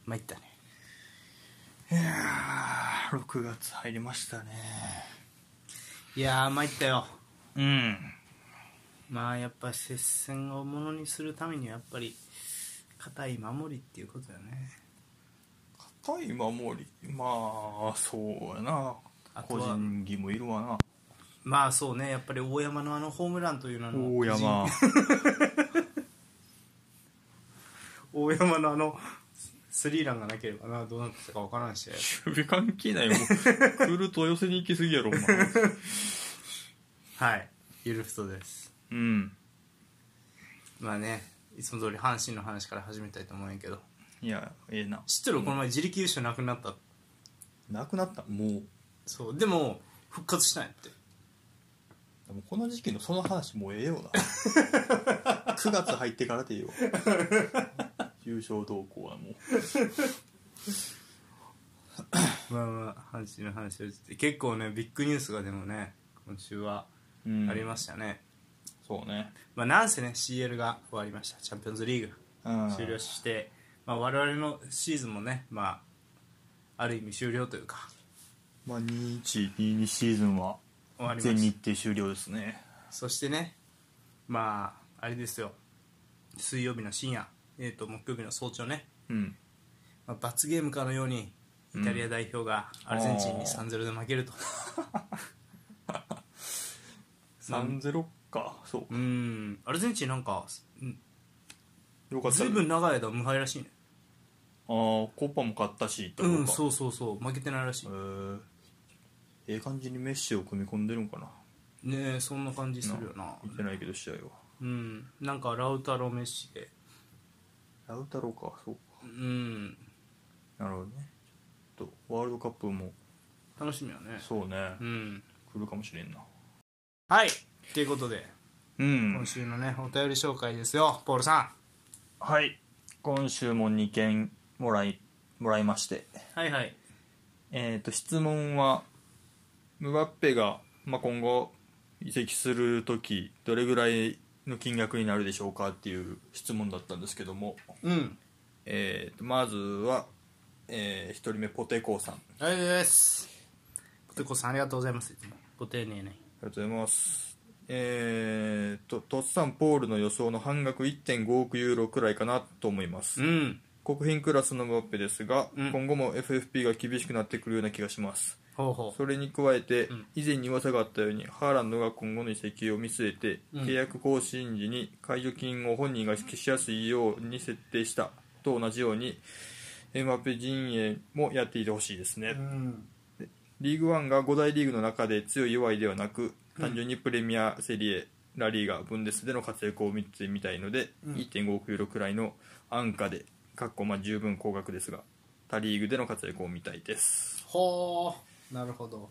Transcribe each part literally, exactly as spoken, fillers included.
参ったね。 いやーろくがつ入りましたね。 いやー参ったよ。 うん。 まあやっぱ接戦をものにするためにはやっぱり堅い守りっていうことだよね。 硬い守り、まあそうやな。個あとは人技もいるわな。 まあそうね、やっぱり大山のあのホームランというのの大山大山のあのスリーランがなければな、どうなってたか分からんし、 守備関係ないよ。もう来ると寄せに行きすぎやろお前。 はい、ゆるふとです。 うん。 まあね、いつも通り阪神の話から始めたいと思うんやけど、 いやええな。 知ってる？この前自力優勝なくなった。 なくなった。もうそうでも復活したんやって。 でもこの時期のその話もうええよな。くがつ入ってからでいいよ。優勝動向はもうまあまあ阪神の話をして結構ねビッグニュースがでもね今週はありましたね。 そうね。 まあなんせね シーエル が終わりました。チャンピオンズリーグうん終了して、まあ、我々のシーズンもね、まあ、ある意味終了というか、 まあにじゅういち、にじゅうにシーズンは終わりました。 全日程終了ですね。 そしてね、まああれですよ、水曜日の深夜、えー、と木曜日の早朝ね、 うん。 まあ、罰ゲームかのようにイタリア代表がアルゼンチンに さんたいゼロ で負けると。 さんたいゼロ か。そううーん、アルゼンチンなんかよかった。 ずいぶん長い間無敗らしいね。 ああコッパも勝ったしってうん、 ことか。 そうそうそう、負けてないらしい。 へーええ感じにメッシを組み込んでるんかな。 ねえ、そんな感じするよな。 見てないけど試合は。 うん、なんかラウタロ・メッシで、 ラウタロか。そうか。 うんなるほどね。ちょっとワールドカップも楽しみよね。 そうね、 うん、 来るかもしれんな。 はいということで、 うん今週のねお便り紹介ですよ。ポールさはい。今週もにけんもらいもらいまして、 ん。はいはい。 えー、と質問はムバッペが、まあ、今後移籍するときどれぐらいの金額になるでしょうかっていう質問だったんですけども、 うんえー、とまずは、えー、ひとりめポテコーさん。ありありがとうございます。ポテコさんありがとうございます。ご丁寧ね。 がとうございます。えー、とトッサンポールの予想の半額 いってんごおくユーロくらいかなと思います。 うん国賓クラスのムバッペですが、 うん今後も エフエフピー が厳しくなってくるような気がします。 ほうほそれに加えて、 うん以前に噂があったようにハーランドが今後の移籍を見据えて、 うん契約更新時に解除金を本人が消しやすいように設定したと同じようにエムバペ陣営もやっていてほしいですね。 うんリーグワンがご大リーグの中で強い弱いではなく、単純にプレミア、セリエ、ラリーガ、ブンデスでの活躍を見てみたいので、 うんいってんごおくユーロくらいの安価でかっこまあ十分高額ですが他リーグでの活躍を見たいです。 ほう、なるほど。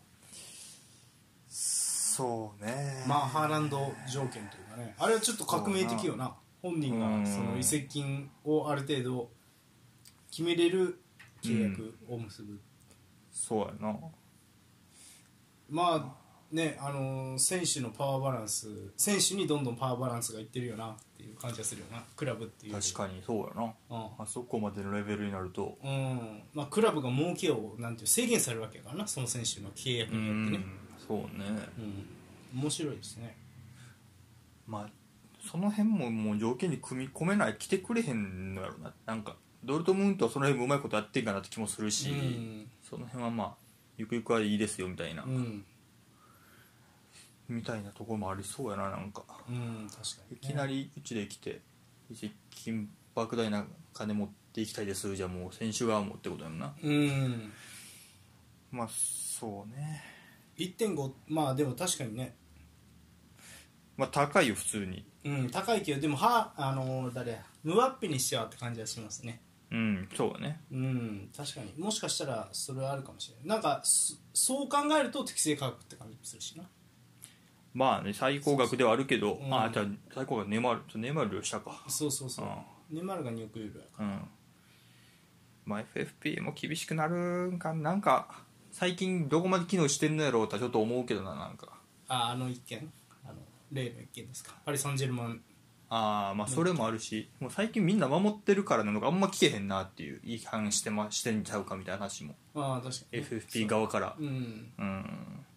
そうね。 まあハーランド条件というかね、あれはちょっと革命的よな。本人がその移籍金をある程度決めれる契約を結ぶ、 そうやな。 まあね、あのー選手のパワーバランス、選手にどんどんパワーバランスがいってるよなっていう感じがするよな、クラブっていうより。 確かにそうやな。 うんあそこまでのレベルになると、 うんまあ、クラブが儲けをなんていう制限されるわけやからな、その選手の契約うによってね。 んそうね。 うん、面白いですね。 まあその辺ももう条件に組み込めない来てくれへんのやろな。なんかドルトムントはその辺もうまいことやってんかなって気もするし、 うんその辺はまあゆくゆくはいいですよみたいな、 うんみたいなところもありそうやな。なんかうん、確かに、ね、 いきなりうちで来て移籍金莫大な金持っていきたいですじゃもう選手側もってことやもんな。 うんまあそうね。 いってんご まあでも確かにね、 まあ高いよ普通に。 うん、高いけどでもはあのー誰やムワッペにしてはって感じはしますね。 うんそうだね。 うん確かにもしかしたらそれはあるかもしれない。なんかそそう考えると適正価格って感じするしな。 まあね最高額ではあるけど、 そうそうあじゃあ最高額ネイマールネイマールより下か。 そうそうそう、 うんネイマールがにおくユーロやかうんまあ エフエフピー も厳しくなるんか。なんか最近どこまで機能してんのやろうとはちょっと思うけどな。なんから。ああの一件、あの例の一件ですか。パリ・サンジェルマンああまあそれもあるし、もう最近みんな守ってるからなのかあんま聞けへんなっていう違反してましてんちゃうかみたいな話もああ確かにエフエフピー 側からう、うん、 うん、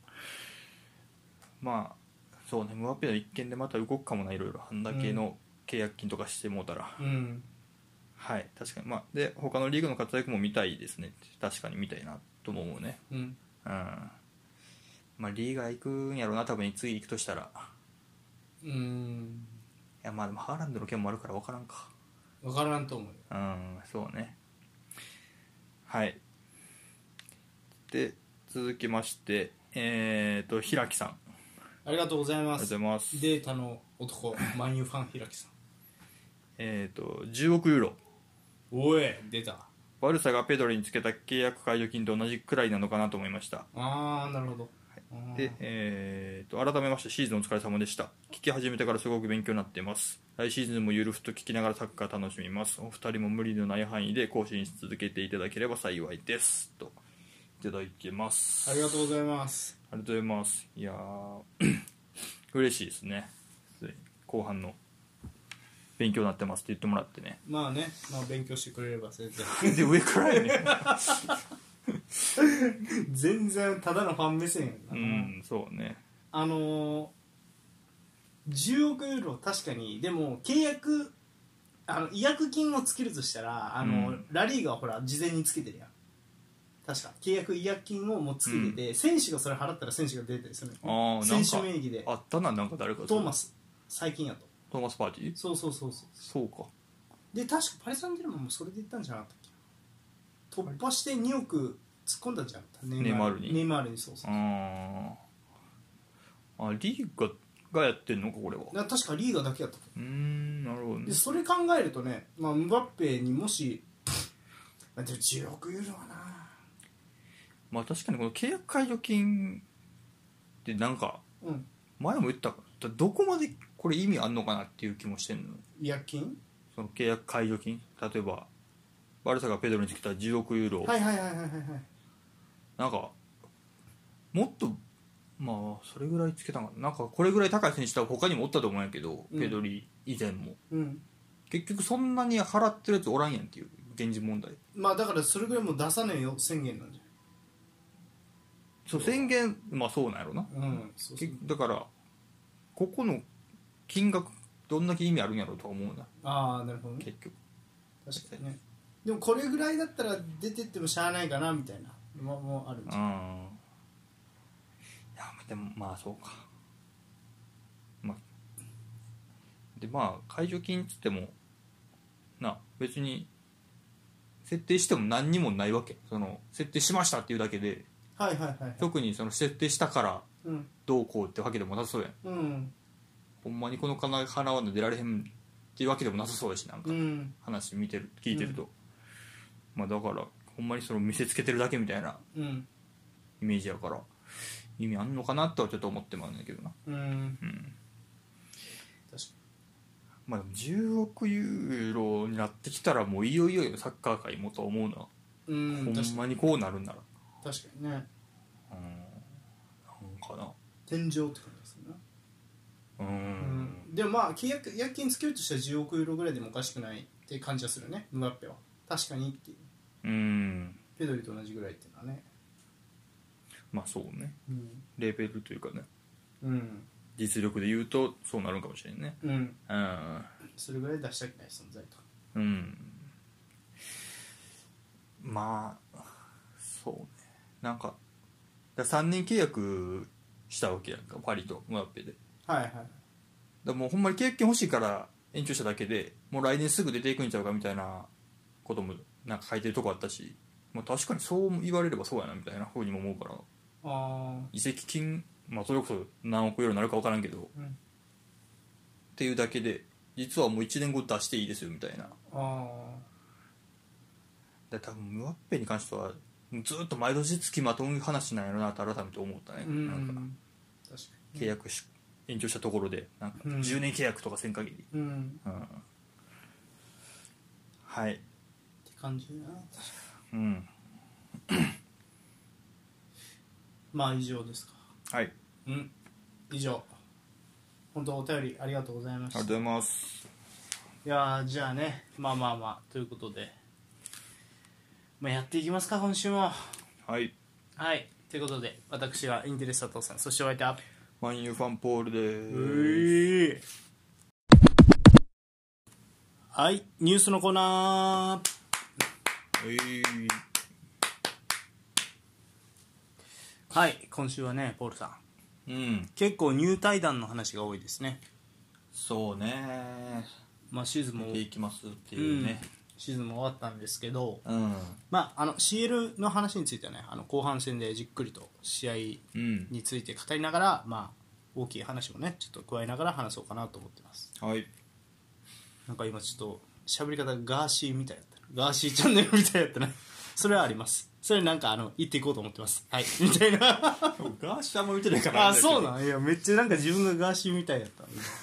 まあそうね、ムバッペの一件でまた動くかもな、いろいろあんだけの契約金とかしてもうたら、 うん、 はい確かに。まあで他のリーグの活躍も見たいですね、確かに見たいなとも思うね。 うん、 うん、まあリーガー行くんやろうな多分、次行くとしたら。 うん、 いやまあでもハーランドの件もあるから分からんか。 分からんと思うよ。 うんそうね。はいで続きましてえーと平木さん、 ありがとうございあます。 りがとうございます。 データの男マンユーファン平木さん。 えーとじゅうおくユーロ、 おい出た。 バルサがペドリにつけた契約解除金と同じくらいなのかなと思いました。 ああなるほど。 で、えー、と改めましてシーズンお疲れ様でした。聞き始めてからすごく勉強になっています。来シーズンもゆるふと聞きながらサッカー楽しみます。お二人も無理のない範囲で更新し続けていただければ幸いですといただいてます。 ありがとうございます。 ありがとうございます。いやー嬉しいですね。後半の勉強になってますって言ってもらってね。 まあね、まあ勉強してくれれば全然で上からやね全然ただのファン目線やな、 うんそうね。 あのー、じゅうおくユーロ確かに。でも契約あの違約金をつけるとしたらあの、うん、ラリーガはほら事前につけてるやん。確か契約違約金をもうつけてて、うん、選手がそれ払ったら選手が出てるんですよね。あ選手名義であったな、なんか誰かトーマス最近やとトーマスパーティーそうそうそうそうそうか。で確かパリ・サンジェルマンもそれで言ったんじゃなかったっけ。突破してにおく突っ込んだんじゃんネイマールにネイマールにそうそう。 ああリーガがやってんのかこれは。 確かリーガだけやった。 うーんなるほどね。 でそれ考えるとね、まあ、ムバッペにもしでもじゅうおくユーロはな。 まあ確かにこの契約解除金ってなんか、うん、前も言ったからどこまでこれ意味あんのかなっていう気もしてんの。 違約金その契約解除金、例えばバルサがペドロにつけたじゅうおくユーロ、 はいはいはいはいはい、 なんかもっとまあそれぐらいつけたんかな。なんかこれぐらい高い選手は他にもおったと思うんやけど、うん、ペドリ以前も、うん、結局そんなに払ってるやつおらんやんっていう現実問題。 まあだからそれぐらいもう出さねえよ宣言なんじゃん。 そう宣言、まあそうなんやろな、うん、そうそう。だからここの金額どんだけ意味あるんやろうとは思うな。 ああなるほどね。 結局確かにね。でもこれぐらいだったら出てってもしゃあないかなみたいなのもあるんじゃん。うん、いやでもまあそうか。まあでまあ解除金っつってもな別に設定しても何にもないわけ。その設定しましたっていうだけで、 はいはいはいはい、 特にその設定したからどうこうってわけでもなさそうやん、うん、ほんまにこのかな花は出られへんっていうわけでもなさそうだし、なんか話見てる聞いてると、うん、まあだからほんまにその見せつけてるだけみたいなイメージやから意味あんのかなとはちょっと思ってまうんだけどな。うん、うん、確かに。まあでもじゅうおくユーロになってきたらもういよいよサッカー界もと思うな。うん、ほんまにこうなるんなら確かにね。うん、なんかな天井って感じですね。うん、うん、でもまあ契約約金つけるとしたらじゅうおくユーロぐらいでもおかしくないって感じはするね、ムバッペは。確かにっていう。うん。ペドリと同じぐらいっていうのはね。 まあそうね、うん、レベルというかね、 うん、 実力で言うとそうなるかもしれんね。うん、うん、 それぐらい出したくない存在と。 うん。まあそうね、なんかださんねん契約したわけやんかパリとムバッペで。はいはい。だもうほんまに契約金欲しいから延長しただけでもう来年すぐ出ていくんちゃうかみたいなこともなんか書いてるとこあったし、まあ、確かにそう言われればそうやなみたいなふうにも思うから、あ移籍金、まあ、それこそ何億ユーロになるか分からんけど、うん、っていうだけで実はもういちねんご出していいですよみたいな。あで多分ムバッペに関してはずっと毎年付きまとう話なんやろなと改めて思ったね。うん、なんか確かに契約し延長したところでなんかじゅうねん契約とかせん限り、うんうん、はいって感じな。確かに、うん、まあ以上ですか。 はい、 うん、以上本当お便りありがとうございました。 ありがとうございます。 いやじゃあね、まあまあまあということで、まあ、やっていきますか今週も。 はいはいということで、私はインテレスタ父さん、そしてお相手はマンユーファンポールでーす。はい、ニュースのコーナー。 えー、 はい、今週はねポールさん、 うん、 結構入退団の話が多いですね。 そうね、 まあシーズンも見ていきますっていうね、 うん、シーズンも終わったんですけど、 うん、 まああの シーエル の話についてはね、あの後半戦でじっくりと試合について語りながら、まあ大きい話もねちょっと加えながら話そうかなと思ってます。 はい。 なんか今ちょっと喋り方ガーシーみたいだったな、ガーシーチャンネルみたいだったなそれはあります。それなんかあの言っていこうと思ってます。はいみたいなガーシーあんま見てないからあ、そうなん。いやめっちゃなんか自分がガーシーみたいだった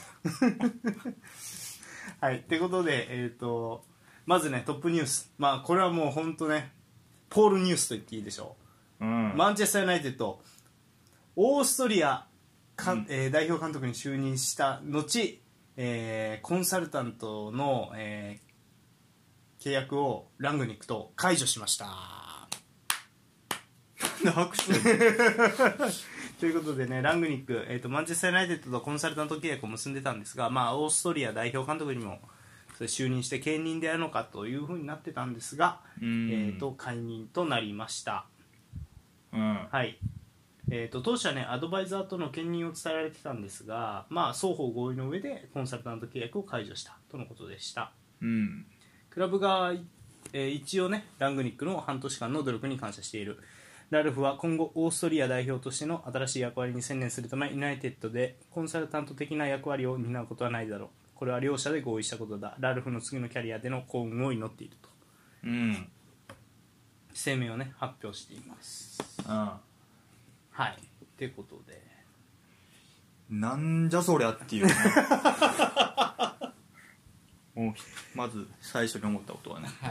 はいってことで、えーとまずねトップニュース、まあこれはもう本当ねポールニュースと言っていいでしょう、うん、マンチェスターユナイテッドオーストリアか、うんえー、代表監督に就任した後、えー、コンサルタントの、えー、契約をラングニックと解除しました。 拍手ということでね、ラングニック、えーと、マンチェスターユナイテッドとコンサルタント契約を結んでたんですが、まあ、オーストリア代表監督にもそれ就任して兼任でやるのかというふうになってたんですが、えーと解任となりました、うん、はいえー、と当初はねアドバイザーとの兼任を伝えられてたんですが、まあ、双方合意の上でコンサルタント契約を解除したとのことでした、うん、クラブが、えー、一応ねラングニックの半年間の努力に感謝している。ラルフは今後オーストリア代表としての新しい役割に専念するためユナイテッドでコンサルタント的な役割を担うことはないだろう。これは両者で合意したことだ。ラルフの次のキャリアでの幸運を祈っていると、うん、声明をね発表しています、うん、はいということで、 なんじゃそりゃっていう、ね、もうまず最初に思ったことはね、はい、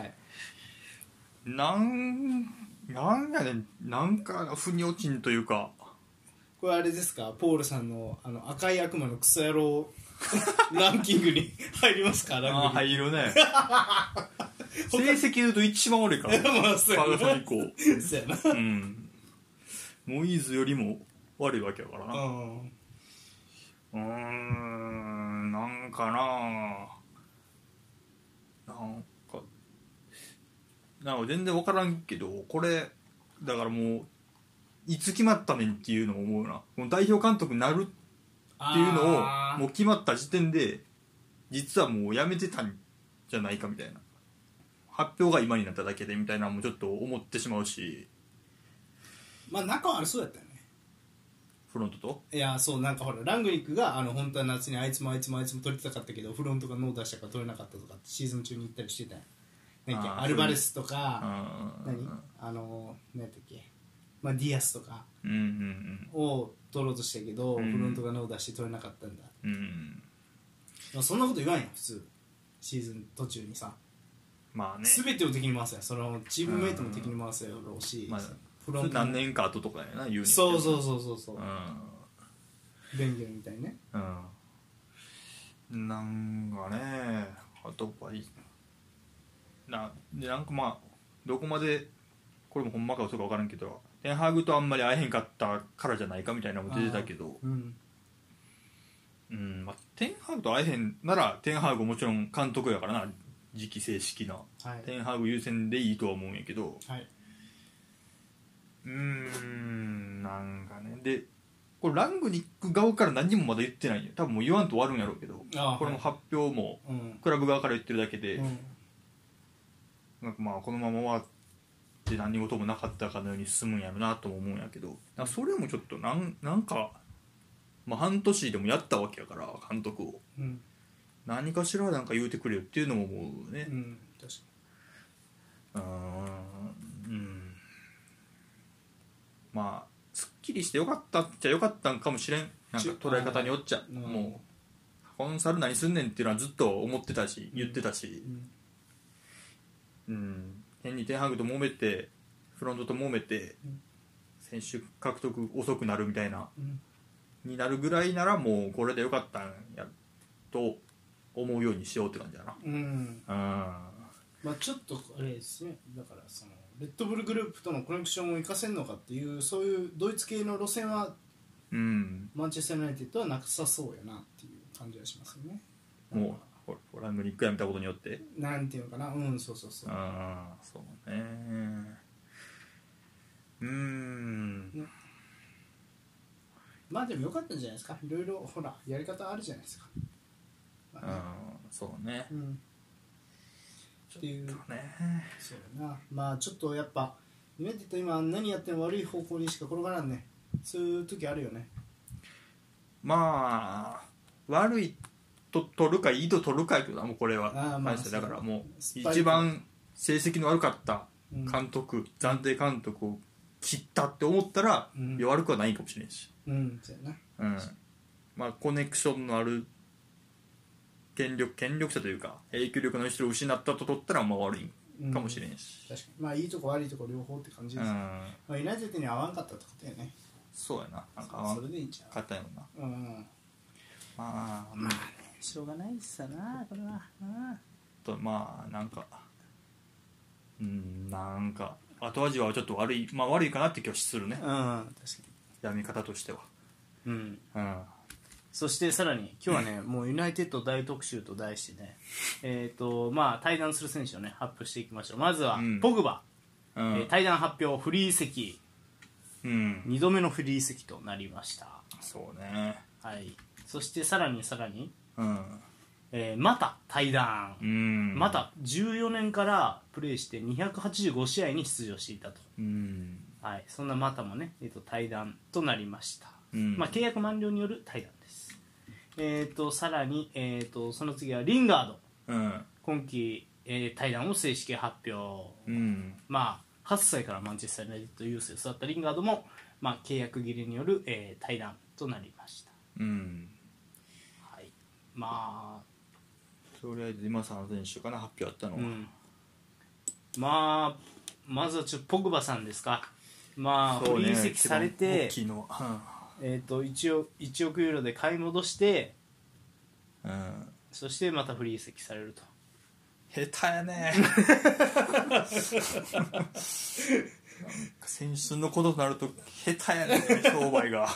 なんなんやねん、なんか腑に落ちんというか、 これあれですか、ポールさん の, あの赤い悪魔のクソ野郎ランキングに入りますか。ランキングあ入るね成績で言うと一番悪いからまあそうやな、 パーガソン以降そうやな、 うん、モイーズよりも悪いわけやからな。うんうーんなんかななんかなんか全然分からんけど、これだからもういつ決まったねんっていうのを思うな。この代表監督になるっていうのをもう決まった時点で実はもうやめてたんじゃないかみたいな、発表が今になっただけでみたいなのもちょっと思ってしまうし、 まあ仲はありそうやったよね、 フロントと。 いやそうなんかほらラングニックがあの本当は夏にあいつもあいつもあいつも取りたかったけどフロントがノー出したから取れなかったとかってシーズン中に言ったりしてたよ。なんかアルバレスとか何あの何やったっけ、まあ、ディアスとかを取ろうとしたけど、うんうんうん、フロントがノー出して取れなかったんだ、うんうん、そんなこと言わんよ普通シーズン途中にさ、まあね、全てを敵に回すやん、そのチームメイトも敵に回すやろうし、まあ、 フロント何年か後とかやな言うに、 そうそうそうそうそう、うん、ベンゲルみたいにね、 うん、なんかねあとはいいなで、なんかまあどこまでこれもほんまか嘘か分からんけどテンハーグとあんまり会えへんかったからじゃないかみたいなのも出てたけど、うんうんまあ、テンハーグと会えへんならテンハーグもちろん監督やからな、次期正式な、はい、テンハーグ優先でいいとは思うんやけど、はい、うーんなんかねでこれラングニック側から何もまだ言ってないんよ、多分もう言わんと終わるんやろうけど、これも発表もクラブ側から言ってるだけで、うん、なんかまあこのまま終わって何事もなかったかのように進むんやろなとも思うんやけど、それもちょっとなん、なんか、まあ、半年でもやったわけやから監督を、うん、何かしらなんか言うてくれよっていうのも思うね、うん、確かにうーん、うん、まあすっきりしてよかったっちゃよかったんかもしれん、なんか捉え方によっちゃ、うん、もうコンサル何すんねんっていうのはずっと思ってたし言ってたし、うん、うん変にテンハグと揉めてフロントと揉めて、うん、選手獲得遅くなるみたいなになるぐらいならもうこれでよかったんやと思うようにしようって感じだな。 うん、 あまあちょっとあれですね、だからそのレッドブルグループとのコネクションを生かせるのかっていうそういうドイツ系の路線は、 うん、 マンチェスターユナイテッドはなさそうやなっていう感じはしますよね。 もうホランドにいっかいやめたことによってなんていうのかな、うんそうそうそう、 ああそうねうーん、 ね、まあでもよかったんじゃないですか、いろいろほらやり方あるじゃないですか、まあね、 あそうね、 うん、っていう、 ね、 そうだな、まあちょっとやっぱユナイテッド今何やっても悪い方向にしか転がらんね、そういう時あるよね。 まあ悪いと取るかいいと取るかやけどな、もうこれはあ、まあ、 だからもう一番成績の悪かった監督、うん、暫定監督を切ったって思ったら、うん、悪くはないかもしれんし、 うんそうやな、 うん、まあコネクションのある権力権力者というか影響力の人を失ったと取ったらまあ悪いかもしれんし、 うん、確かにまあいいとこ悪いとこ両方って感じです、うん、まあ、ユナイテッドに合わんかったってことやね。 そうやな、なんか合わんかったよな、うん、まあ、うん、 まあねしょうがないっすよなこれは、うん、 とまあなんかうんなんか後味はちょっと悪い、まあ悪いかなって気はするね、 うん、確かにやみ方としては、 うん、うん、そしてさらに今日はね、うん、もうユナイテッド大特集と題してねえっ、ー、とまあ対談する選手をね発表していきましょう。まずは、うん、ポグバ、うん、えー、対談発表フリー移籍、うん、にどめのフリー移籍となりました。 そうね、 はい、そしてさらにさらに、 うんえー、また対談、 うん、 またじゅうよねんからプレーしてにひゃくはちじゅうごしあいに出場していたと、 うん、 はい、そんなまたもね、えー、と対談となりました、 うん、 まあ、契約満了による対談です。えー、とさらに、えー、とその次はリンガード、 うん、 今季、えー、対談を正式発表、 うん、 まあ、はっさいからマンチェスターユナイテッドユースで育ったリンガードも、まあ、契約切れによる、えー、対談となりました、 うん、 はい、まあとりあえず今さん選手かな発表あったのは、うん、 まあまずはちょっとポグバさんですか。まあ、フリー移籍されて、 うん、 えー、と 1, 億いちおくユーロで買い戻して、 うん、 そしてまたフリー移籍されると。 下手やね選手のことになると下手やね商売が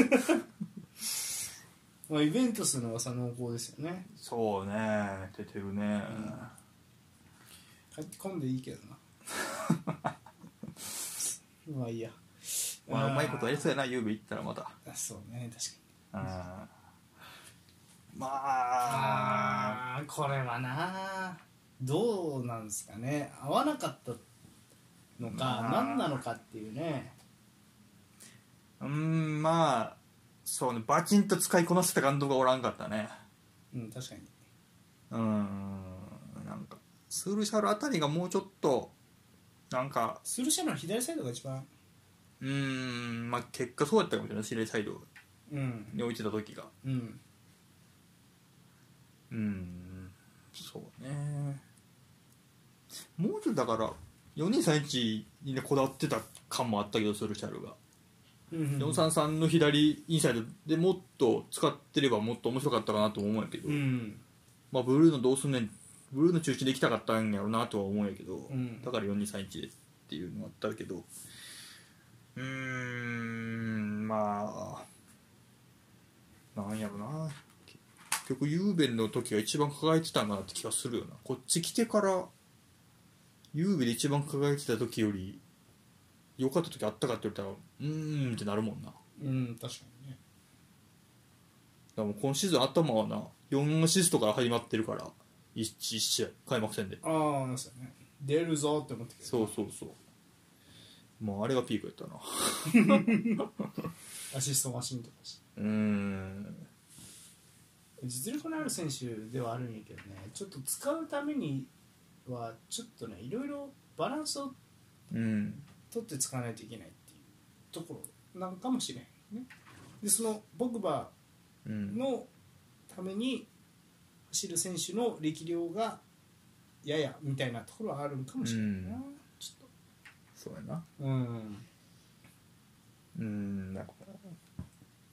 まあイベントスの噂濃厚ですよね。 そうね出てるね、 帰ってこんでいいけどなまあいいや、 まあ、うまいことやりそうやな、ゆうべ行ったらまた。 そうね、確かに。 あまああこれはなどうなんですかね、合わなかったのか、まあ、何なのかっていうね。 うーんまあそうね、バチンと使いこなせた監督がおらんかったね。 うん確かに。 うーんなんかスールシャルあたりがもうちょっとなんかスールシャルの左サイドが一番うーんまあ結果そうやったかもしれない、左サイドに置いてた時がうんうん、うん、そうね、もうちょっとだからよにさんいちに、ね、こだわってた感もあったけどスールシャルが、うんうん、よんさんさんの左インサイドでもっと使ってればもっと面白かったかなと思うんやけど、 うんまあ、ブルーのどうすんねん、ブルーの中心で行きたかったんやろうなとは思うんやけど、 うん、 だからよにさんいちでっていうのがあったけど、うーんまあなんやろな、結局ユーベンの時が一番輝いてたんかなって気がするよな。こっち来てからユーベで一番輝いてた時より良かった時あったかって言われたらうーんってなるもんな。 うん確かにね。 だからもう今シーズン頭はなよんアシストから始まってるから 1, 1試合開幕戦でああなんですよね、出るぞって思ってけど、 そうそうそう、もうあれがピークやったなアシストマシンとかしうーん実力のある選手ではあるんやけどね、ちょっと使うためにはちょっとねいろいろバランスを取って使わないといけないっていうところなんかもしれんね。でそのポグバのために走る選手の力量がややみたいなところはあるんかもしれないな、うん、ちょっとそうやなうんうんなんかそ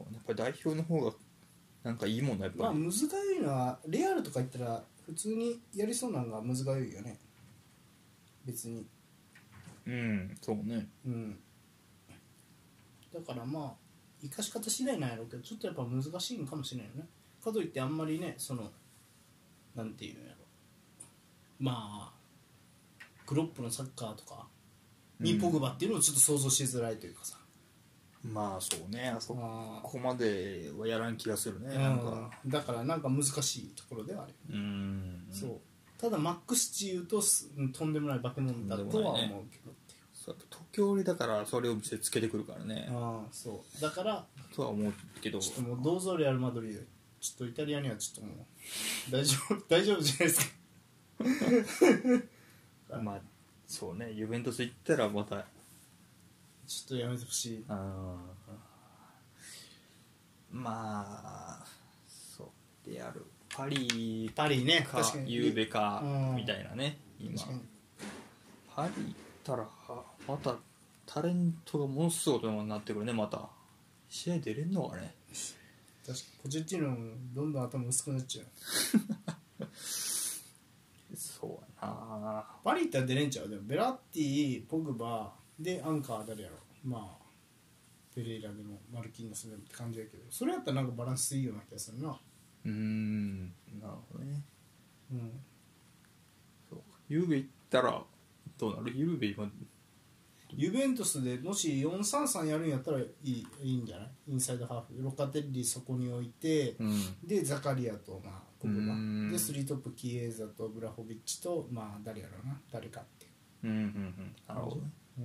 そうやっぱり代表の方がなんかいいもんなやっぱり。 まあむずがゆいのはレアルとか言ったら普通にやりそうなのがむずがゆいよね別に。 うんそうね。 うんだからまあ生かし方次第なんやろうけどちょっとやっぱ難しいんかもしれないよね。かといってあんまりねそのなんていうんやろまあクロップのサッカーとかにポグバっていうのをちょっと想像しづらいというかさ、 まあそうねあそこまではやらん気がするね、 うん、 なんかだからなんか難しいところではある。 うんそうただマックス値言うととんでもない化け物だとは思うけどっていう。 そう東京売りだからそれを見せつけてくるからね。 ああそうだからとは思うけどちょっともうどうぞレアルマドリードちょっとイタリアにはちょっともう大丈夫大丈夫じゃないですかまあそうねユベントス行ったらまたちょっとやめてほしい。 あまあそうであるパリパリねか確かにゆうべかうんみたいなね今確かにパリ行ったらまたタレントがものすごいことになってくるね。また試合出れんのかね。 確かにポチェッティーノどんどん頭薄くなっちゃうそうやなパリ行ったら出れんちゃう。でもベラッティポグバでアンカー誰やろまあペレイラでもマルキーノスでもって感じだけどそれやったらなんかバランスいいような気がするな。 うーんなるほどね。 うんそうゆうべ行ったらどうなる。ゆうべ今ユベントスでもしよんさんさんやるんやったらいい、いいんじゃない。インサイドハーフロカテッリそこに置いて、 うん、 でザカリアとまあポグバうんでスリートップキエーザとブラホビッチとまあ誰やろうな誰かっていううんうんうんなるほどね。 うん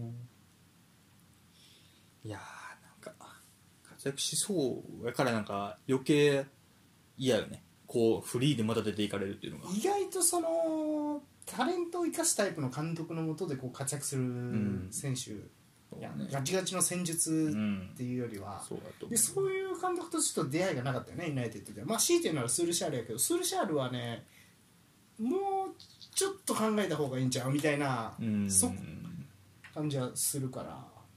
いやーなんか活躍しそうやからなんか余計嫌よね。こうフリーでまた出ていかれるっていうのが意外とそのタレントを生かすタイプの監督の下でこう活躍する選手、 そういやねガチガチの戦術っていうよりは、 そうだと思う。 でそういう監督とちょっと出会いがなかったよねユナイテッドでは。まあ強いて言うならスールシャールやけどスールシャールはねもうちょっと考えた方がいいんちゃうみたいな、 うんそ感じはするから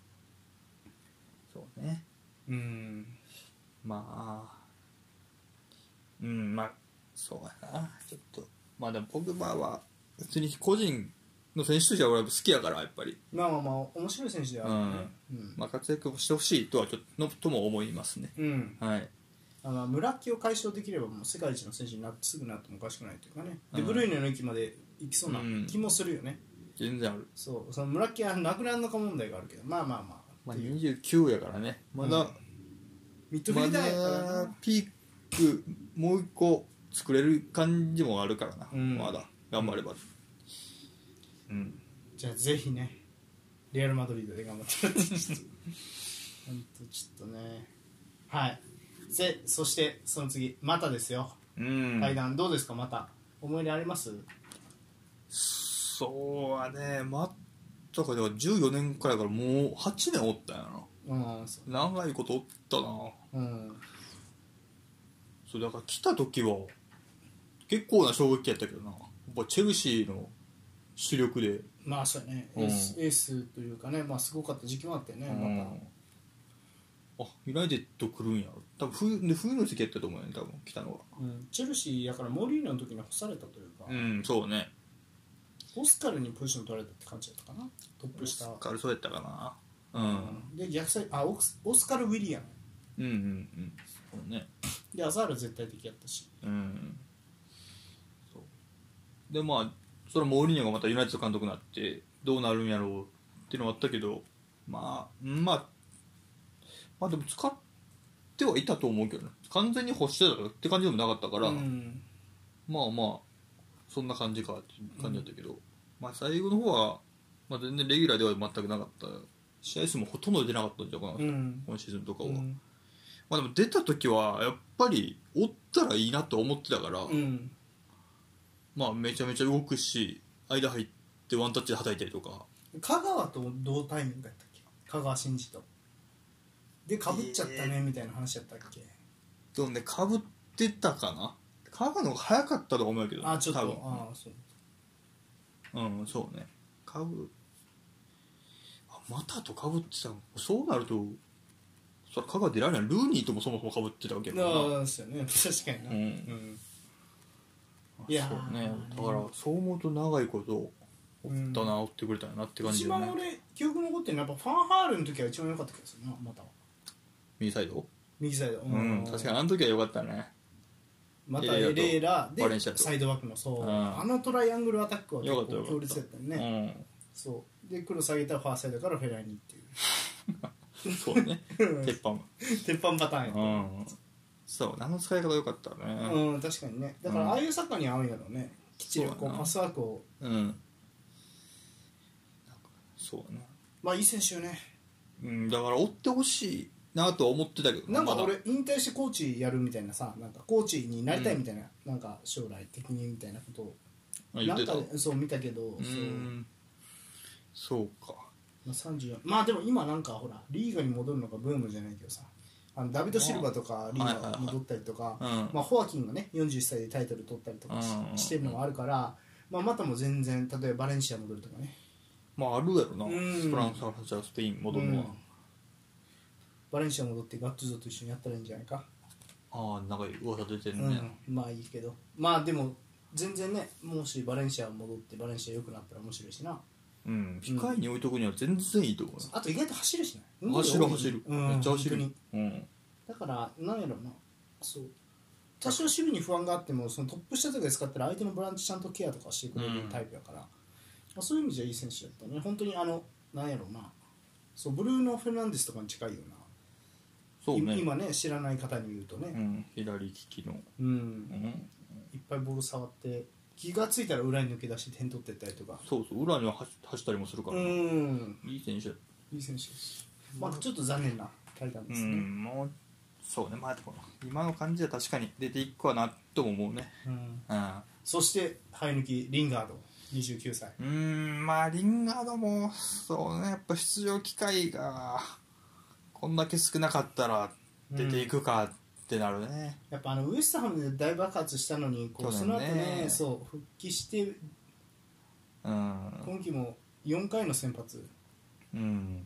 そうねうんまあうんまあそうやなちょっとまあでもポグバは普通に個人の選手としては俺は好きやからやっぱりまあまあまあ面白い選手ではあるよねうん、 まあ、活躍してほしいとはちょっととも思いますね、 うんはいあの村木を解消できればもう世界一の選手になってすぐなってもおかしくないというかねでブルーイネの域まで行きそうな気もするよね、 うん、全然ある。 そうその村木はなくなるのか問題があるけどまあまあまあ、 まあ、にじゅうきゅうやからねまだ、うん、 ミッドフィルダーやからな、 まだピークもう一個作れる感じもあるからな、うん、まだ頑張れば、うん、 じゃあぜひねレアルマドリードで頑張ってもらってちょっと本当ちょっとねはいでそしてその次またですよ、うん、対談どうですか。また思い入れあります。 そうはねまたかではじゅうよねんくらいからもうはちねんおったんやな、うん、そう長いことおったな、うん、そうだから来た時は結構な衝撃やったけどなやっぱチェルシーの主力でまあそうやね、うん、エース、エースというかね、まあ、すごかった時期もあってね、うん、またあユナイテッド来るんやろ多分冬, 冬の時期やったと思うよね多分来たのは、 うん、チェルシーやからモリーノの時に干されたというかうんそうねオスカルにポジション取られたって感じだったかなトップ下オスカルそうやったかなうん、 うん、で逆サイあオスオスカル・ウィリアムうんうんうんそうねでアザール絶対的やったしうんそうでまあそれはモーリーニョがまたユナイテッド監督になってどうなるんやろうっていうのがあったけどまあまあまあでも使ってはいたと思うけどね完全に欲してたって感じでもなかったから、うん、まあまあそんな感じかっていう感じだったけど、うん、まあ最後の方は、まあ、全然レギュラーでは全くなかった試合数もほとんど出なかったんじゃないかな、うん、今シーズンとかは、うん、まあでも出た時はやっぱりおったらいいなと思ってたから、うん、まあめちゃめちゃ動くし間入ってワンタッチで叩いたりとか香川と同タイミングだったっけ香川真司とでかぶっちゃったねみたいな話やったっけ、 でもねかぶってたかな香川の方が早かったと思うけどあちょっとあそううんそうねかぶあまたとかぶってたのそうなるとそれ香川出られないルーニーともそもそもかぶってたわけやからな。 ああですよね、確かにな、 うん、 うん、 いやそうね、だからそう思うと長いことおったな、おってくれたんやなって感じ一だね。 番俺記憶残ってるのはやっぱファンハールの時は一番良かった気がするな。また右サイド、 右サイド、 うん、確かにあの時は良かったね。 またエレーラバレンシアとでサイドバックのそう、 うん、 あのトライアングルアタックは結構よかったよかった強烈だったよね、うん、そうでクロス上げたらファーサイドからフェラーニっていうそうね鉄板鉄板パターンやった、 うん、そうあの使い方良かったね。 うん、確かにね。だからああいうサッカーに合うんやろうね、きっちりこうパスワークを、 うん、そうね、 まあいい選手よね、 うん、だから追ってほしいなとは思ってたけど、 なんか俺引退してコーチやるみたいなさ、なんかコーチになりたいみたいな、うん、なんか将来的にみたいなことを言ってた。 なんかそう見たけど、 うん、そうか、 まあ、さんじゅうよんまあでも今なんかほらリーガに戻るのがブームじゃないけどさ、あのダビド・シルバとかリーガに戻ったりとか、まあ、ホアキンがねよんじゅっさいでタイトル取ったりとか し,、うん、してるのもあるから、まあ、またも全然例えばバレンシア戻るとかね、 まああるやろな、うん、フランスからじゃあスペイン戻るのは、うん、 バレンシア戻ってガッツーゾと一緒にやったらいいんじゃないか。 ああなんか噂出てるね、 うん、まあいいけどまあでも全然ね、もしバレンシア戻ってバレンシア良くなったら面白いしな、 うん、控えに置いとくには全然いいと思う、うん、 あと意外と走るしな、 走る走る、 うん、 めっちゃ走る、 うん、だからなんやろうな、そう多少守備に不安があってもそのトップ下とかで使ったら相手のブランチちゃんとケアとかしてくれるタイプやから、うんまあ、そういう意味じゃいい選手だったね。本当にあのなんやろうな、そうブルーノ・フェルナンデスとかに近いような、そうね、今ね知らない方に言うとね、 うん、左利きの、 うんうん、いっぱいボール触って気がついたら裏に抜け出して点取ってったりとか、 そうそう裏には走ったりもするから、うん、いい選手、 いい選手です。まあちょっと残念な対談ですね。うん、 もうそうね、まあ今の感じは確かに出ていくわなとも思うね。うんうん、そして生え抜きリンガードにじゅうきゅうさい。 うーんまあリンガードもそうね、やっぱ出場機会がこんだけ少なかったら出ていくかってなるね、 うん、やっぱあのウエストハムで大爆発したのにこう、ね、その後ねそう復帰して、うん、今季もよんかいの先発、 うん、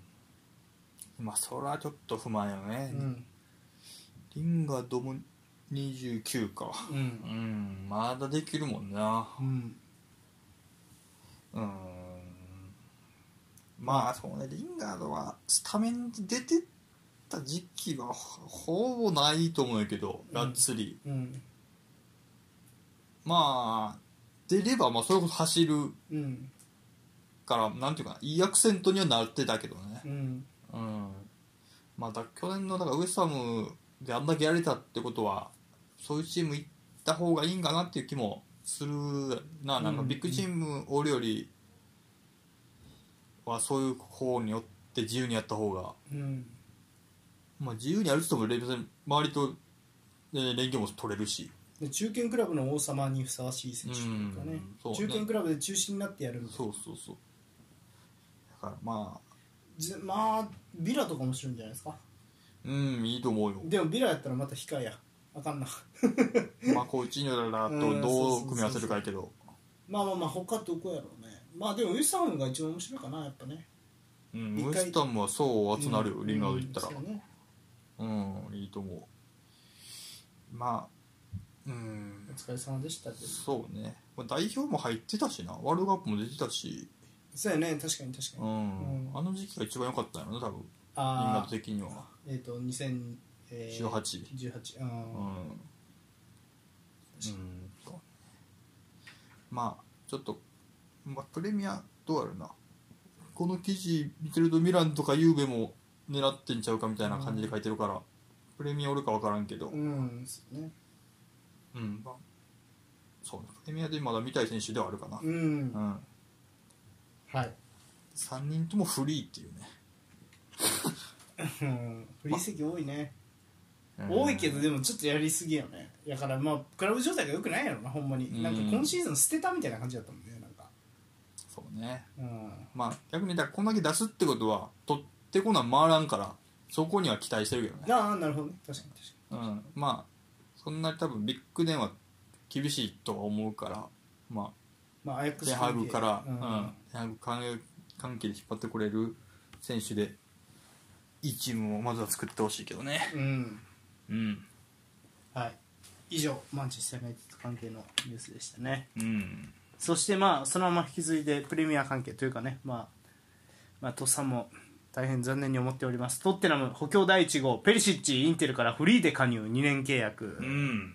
まあそれはちょっと不満よね、うん、リンガードもにじゅうきゅうか、うんうん、まだできるもんな、うんうーんまあそうね、リンガードはスタメンで出てた時期はほぼないと思うんやけど、がっつり、うんうん、まあ出ればまあそれこそ走る、うん、からなんていうかないいアクセントにはなってたけどね、うんうん、まあだ去年のだからウエスタムであんだけやれたってことはそういうチーム行った方がいいんかなっていう気もするな。なんかビッグチームおるよりはそういう方によって自由にやった方が、うんまあ、自由にやるとも別に周りと、えー、連携も取れるし、 で中堅クラブの王様にふさわしい選手というか ね, うん、ね中堅クラブで中心になってやるみたいな。 そうそうそう、だからまあまあビラとか面白いんじゃないですか。 うんいいと思うよ。 でもビラやったらまた控えやあかんなまあコーチニョラとどう組み合わせるかやけど、 まあまあまあ他どこやろうね。まあでもウエスタムが一番面白いかなやっぱね、 うん、ウエスタムはそう集まるよ、うん、リンガード行ったら、 うんね、 うんいいと思う。まあうんお疲れ様でしたって。 そうね、代表も入ってたしな、ワールドカップも出てたし、 そうやね、確かに確かに、うんうん、あの時期が一番良かったよね多分、リンガード的には。 えっ、ー、とにせんじゅうはち、じゅうはち、うん、うん、 そうまあちょっと、まあ、プレミアどうやるな、この記事見てるとミランとかユーベも狙ってんちゃうかみたいな感じで書いてるから、うん、プレミアおるか分からんけど、 うんそうね、 うんまあ、そうね、プレミアでまだ見たい選手ではあるかな、うん、うん、 はい、 さんにんともフリーっていうねフリー席多いね、ま、多いけどでもちょっとやりすぎよね。だからまあクラブ状態が良くないやろなほんまに、うん、なんか今シーズン捨てたみたいな感じだったもんね。なんかそうね、うん、まあ逆にだからこんだけ出すってことは取ってこな回らんからそこには期待してるけどね。 ああなるほどね、確かに確かに、うん、まあそんな多分ビッグデンは厳しいとは思うから、まあまあアヤックステンハグから、うんうん、テンハグ関係で引っ張ってくれる選手でいいチームをまずは作ってほしいけどね。 うんうんはい以上マンチェスター・ユナイテッド関係のニュースでしたね。 うんそしてまあそのまま引き継いでプレミア関係というかね、まあ、まあトッサンも大変残念に思っております。トッテナム補強第一号ペリシッチインテルからフリーで加入にねん契約。 うん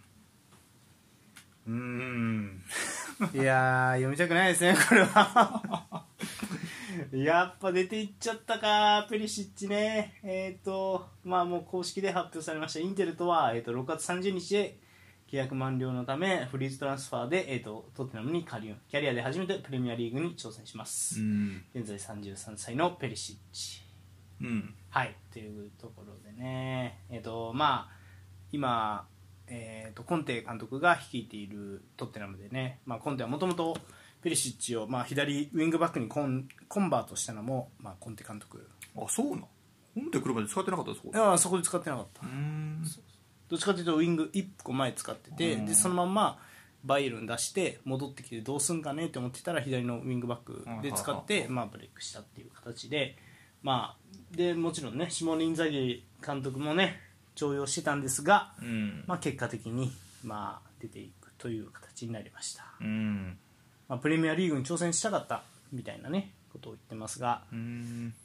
うんいやー読みたくないですねこれはやっぱ出ていっちゃったかペリシッチね。えっ、ー、とまあもう公式で発表されました。インテルとは、えー、とろくがつさんじゅうにちで契約満了のためフリーズトランスファーで、えー、とトッテナムに加入。キャリアで初めてプレミアリーグに挑戦します。 うん現在さんじゅうさんさいのペリシッチ。 うんはいというところでね、えっ、ー、とまあ今、えー、とコンテ監督が率いているトッテナムでね、まあ、コンテはもともとペリシッチを、まあ、左ウィングバックにコンコンバートしたのも、まあ、コンテ監督。 あそうなコンテ来るまで使ってなかったですか。 いやそこで使ってなかった。 うーんどっちかというとウィングいっこまえ使ってて、でそのまんまバイエルン出して戻ってきてどうすんかねって思ってたら左のウィングバックで使って、まあ、ブレイクしたっていう形で、まあ、でもちろんねシモネ・インザギー監督もね重用してたんですが、 うんまあ、結果的に、まあ、出ていくという形になりました。 うんまあ、プレミアリーグに挑戦したかったみたいなねことを言ってますが、 うーん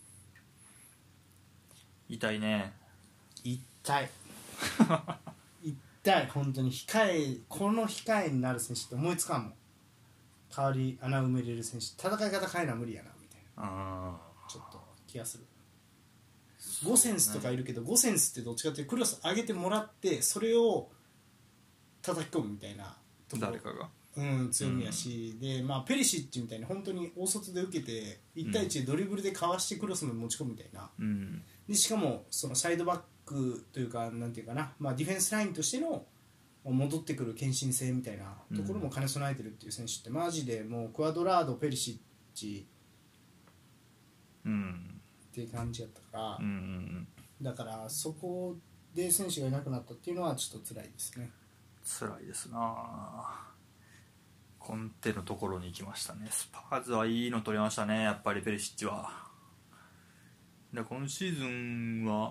痛いね。 痛い痛い本当に控えこの控えになる選手って思いつかんもん。代わり穴埋めれる選手戦い方変えな無理やなみたいなあちょっと気がする。ゴセンスとかいるけど、ゴセンスってどっちかっていうとクロス上げてもらってそれを叩き込むみたいなところ誰かがうん、強みやし、うん、でまあ、ペリシッチみたいに本当に大外で受けていち対いちでドリブルでかわしてクロスも持ち込むみたいな、 うん、 でしかもそのサイドバックというかなんていうかな、まあ、ディフェンスラインとしての戻ってくる献身性みたいなところも兼ね備えてるっていう選手ってマジでもうクアドラード、ペリシッチっていう感じやったから、 うんうん、 だからそこで選手がいなくなったっていうのはちょっと辛いですね。 辛いですな。コンテのところに行きましたね。スパーズはいいの取りましたね、やっぱりペリシッチは。で今シーズンは、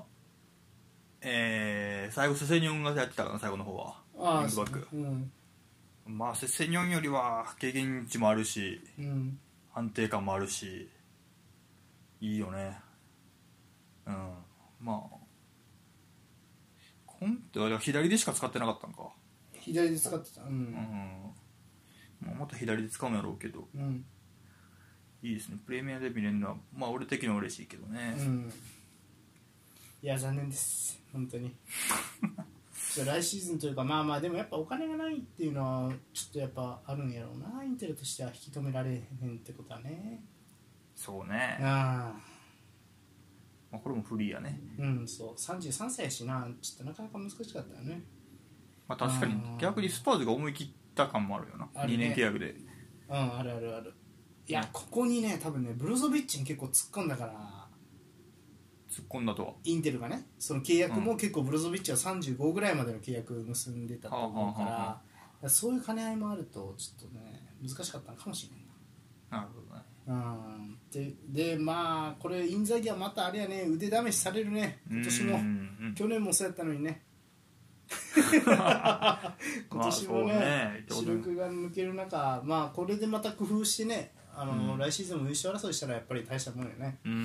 えー、最後セセニョンがやってたかな、最後の方はあウィングバック、 うん、 まあセセニョンよりは経験値もあるし、 うん、 安定感もあるしいいよね。うんまあコンテは左でしか使ってなかったんか。 左で使ってた、うんうんまあ、また左で使うんやろうけど、 うん、 いいですね。プレミアで見れるのはまあ俺的には嬉しいけどね、 うん、いや残念です本当に来シーズンというかまあまあでもやっぱお金がないっていうのはちょっとやっぱあるんやろうな。インテルとしては引き止められへんってことはね。 そうねあ、 まあ、これもフリーやね。 うんそうさんじゅうさんさいやしな、ちょっとなかなか難しかったよね。 まあ確かに逆にスパーズが思い切った感もあるよな、 あるね、 にねん契約で。 うんあるあるある。いやここにね多分ねブロゾビッチに結構突っ込んだから、 突っ込んだとはインテルがねその契約も結構ブロゾビッチはさんじゅうごぐらいまでの契約結んでたと思うから、はあはあはあ、そういう兼ね合いもあるとちょっとね難しかったのかもしれないな。なるほどね。 うんで, でまあこれインザギはまたあれやね腕試しされるね今年も、去年もそうやったのにね今年もね、まあね、主力が抜ける中、まあこれでまた工夫してねあの、うん、来シーズンも優勝争いしたらやっぱり大したもんよね、 うんうんうん、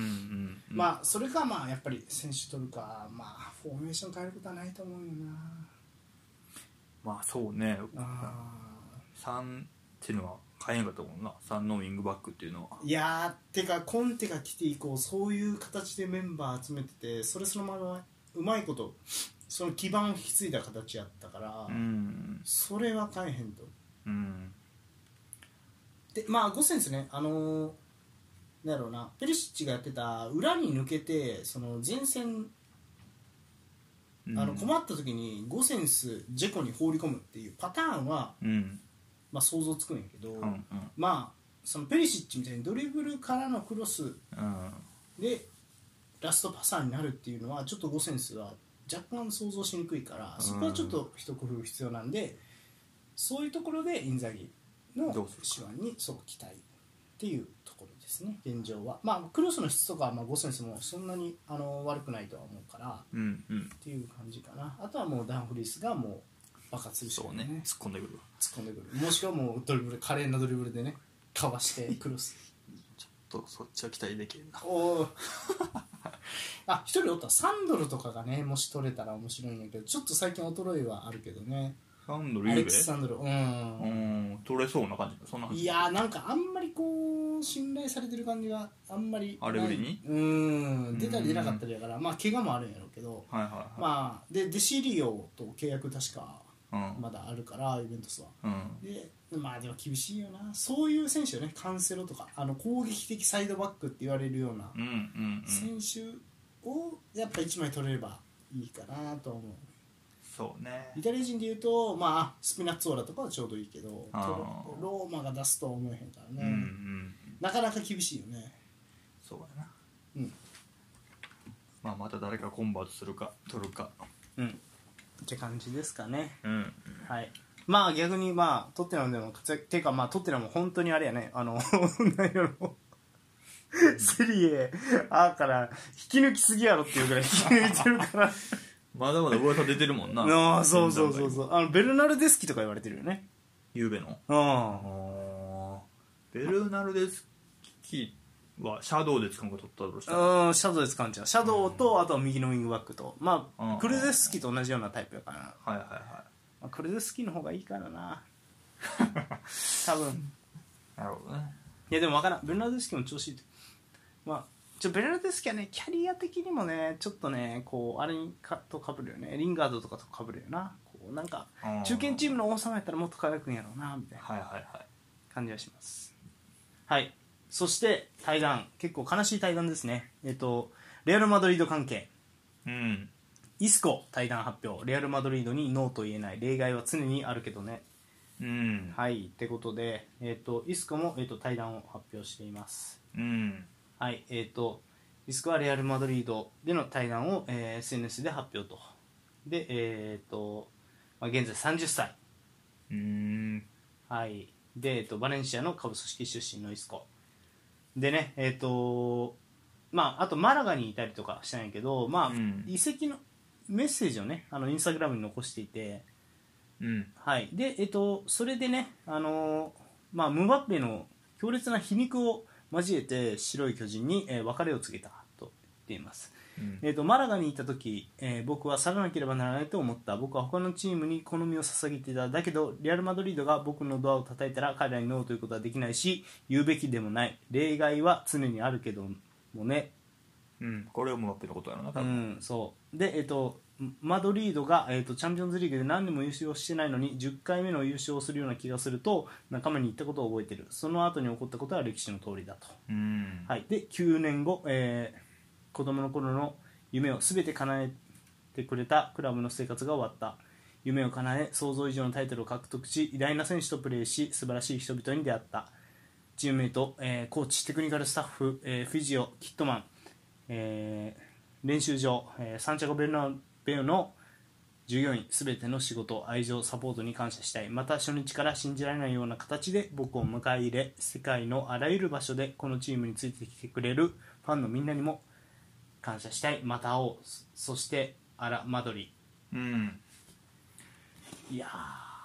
まあそれかまあやっぱり選手取るかまあフォーメーション変えることはないと思うよな。 まあそうねあさんっていうのは変えんかったもんな、さんのウィングバックっていうのは。 いやーてかコンテが来て以降そういう形でメンバー集めててそれそのままうまいことその基盤を引き継いだ形やったから、 うん、 それは変えへんと、 うん、 でまあゴセンスねあのー、なんやろうなペリシッチがやってた裏に抜けてその前線、うん、あの困った時にゴセンスジェコに放り込むっていうパターンは、 うんまあ、想像つくんやけど、 うんうん、 まあそのペリシッチみたいにドリブルからのクロスでラストパサーになるっていうのはちょっとゴセンスは若干想像しにくいからそこはちょっと一工夫必要なんで、そういうところでインザギの手腕にそう期待っていうとこころですね現状は。まあクロスの質とかはまあゴセンスもそんなにあの悪くないとは思うから、 うんうん、 っていう感じかな。あとはもうダンフリースがもう爆発するしかないね。 そうね、突っ込んでくる突っ込んでくる、もしくはもうドリブル華麗なドリブルでねかわしてクロスちょっとそっちは期待できるな。 おおあ、一人おったサンドルとかがねもし取れたら面白いんだけど、ちょっと最近衰えはあるけどね。 サンドルアレッゆうべクスサンドル、うん、 うん、取れそうな感じ、そんな感じ。 いやーなんかあんまりこう信頼されてる感じがあんまりない。 あれぶりにうん出たり出なかったりだから、まあ怪我もあるんやろうけど、 はいはいはい、 まあでデシリオと契約確かうんまだあるからユベントスは、 うん、 でまあでも厳しいよな、そういう選手よね。カンセロとかあの攻撃的サイドバックって言われるようなうんうんうん、 選手をやっぱいちまい取れればいいかなと思う。 そうね、 イタリア人でいうと、まあ、スピナッツォーラとかはちょうどいいけどあロローマが出すとは思えへんからね、 うんうん、 なかなか厳しいよね。 そうやな、 うん、 まあ、また誰かコンバートするか取るか、 うんって感じですかね。 うん、 はい。まあ逆にまあトッテナムでも活躍ていうか、まあトッテナム本当にあれやね、あの何やろセリエ A から引き抜きすぎやろっていうぐらい引き抜いてるからまだまだ噂出てるもんな。 ああそうそうそうそう、あのベルナルデスキとか言われてるよね、 ゆうべの。 うん、 ベルナルデスキはシャドウで使うか取ったとしたら、 うんシャドウで使うんちゃう、シャドウとあとは右のウィングバックと、まあ、 うん、 クルゼスキと同じようなタイプやからな、 はいはいはい、 まあ、クルゼスキの方がいいからな多分。 なるほどね。 いやでも分からん、ベルナルデスキも調子いいって、まあちょベルナルデスキはねキャリア的にもねちょっとねこうあれにかと被るよね、リンガードとかと被るよな、こうなんか中堅チームの王様やったらもっと輝くんやろうなみたいなはいはいはい感じはします。はい。そして対談、結構悲しい対談ですね。えっとレアルマドリード関係、 うん、 イスコ対談発表、レアルマドリードにノーと言えない、例外は常にあるけどね。 うん、 はいってことで、えっとイスコも、えっと対談を発表しています。 うん、 はい、えっとイスコはレアルマドリードでの対談を、えー、エスエヌエス で発表と。で、えっと、まあ、現在さんじゅっさい。 うん、 はい。で、えっと、バレンシアの下部組織出身のイスコ。でね、えっと、まあ、あとマラガにいたりとかしたんやけど、まあ、うん、移籍のメッセージをね、あのインスタグラムに残していて、 うん、 はい。で、えっと、それでね、あのまあ、ムバッペの強烈な皮肉を交えて白い巨人に、えー、別れを告げたと言っています。うん、えー、とマラガにいた時、えー、僕は去らなければならないと思った。僕は他のチームに好みを捧げていた。だけどレアルマドリードが僕のドアを叩いたら彼らにノーということはできないし、言うべきでもない。例外は常にあるけどもね、 うん、これはムバッペのことやろな多分、 うん、そうで、えー、とマドリードが、えー、とチャンピオンズリーグで何年も優勝してないのにじゅっかいめの優勝をするような気がすると仲間に言ったことを覚えている。その後に起こったことは歴史の通りだと、 うんはい、できゅうねんご、えー、子供の頃の夢を全て叶えてくれたクラブの生活が終わった。夢を叶え想像以上のタイトルを獲得し偉大な選手とプレーし素晴らしい人々に出会った。チームメイト、えー、コーチ、テクニカルスタッフ、えー、フィジオ、キットマン、えー、練習場、えー、サンチャゴベルナベウの従業員すべての仕事、愛情、サポートに感謝したい。また初日から信じられないような形で僕を迎え入れ世界のあらゆる場所でこのチームについてきてくれるファンのみんなにも感謝したい。また会おう。そしてアラマドリ、 うん、 いや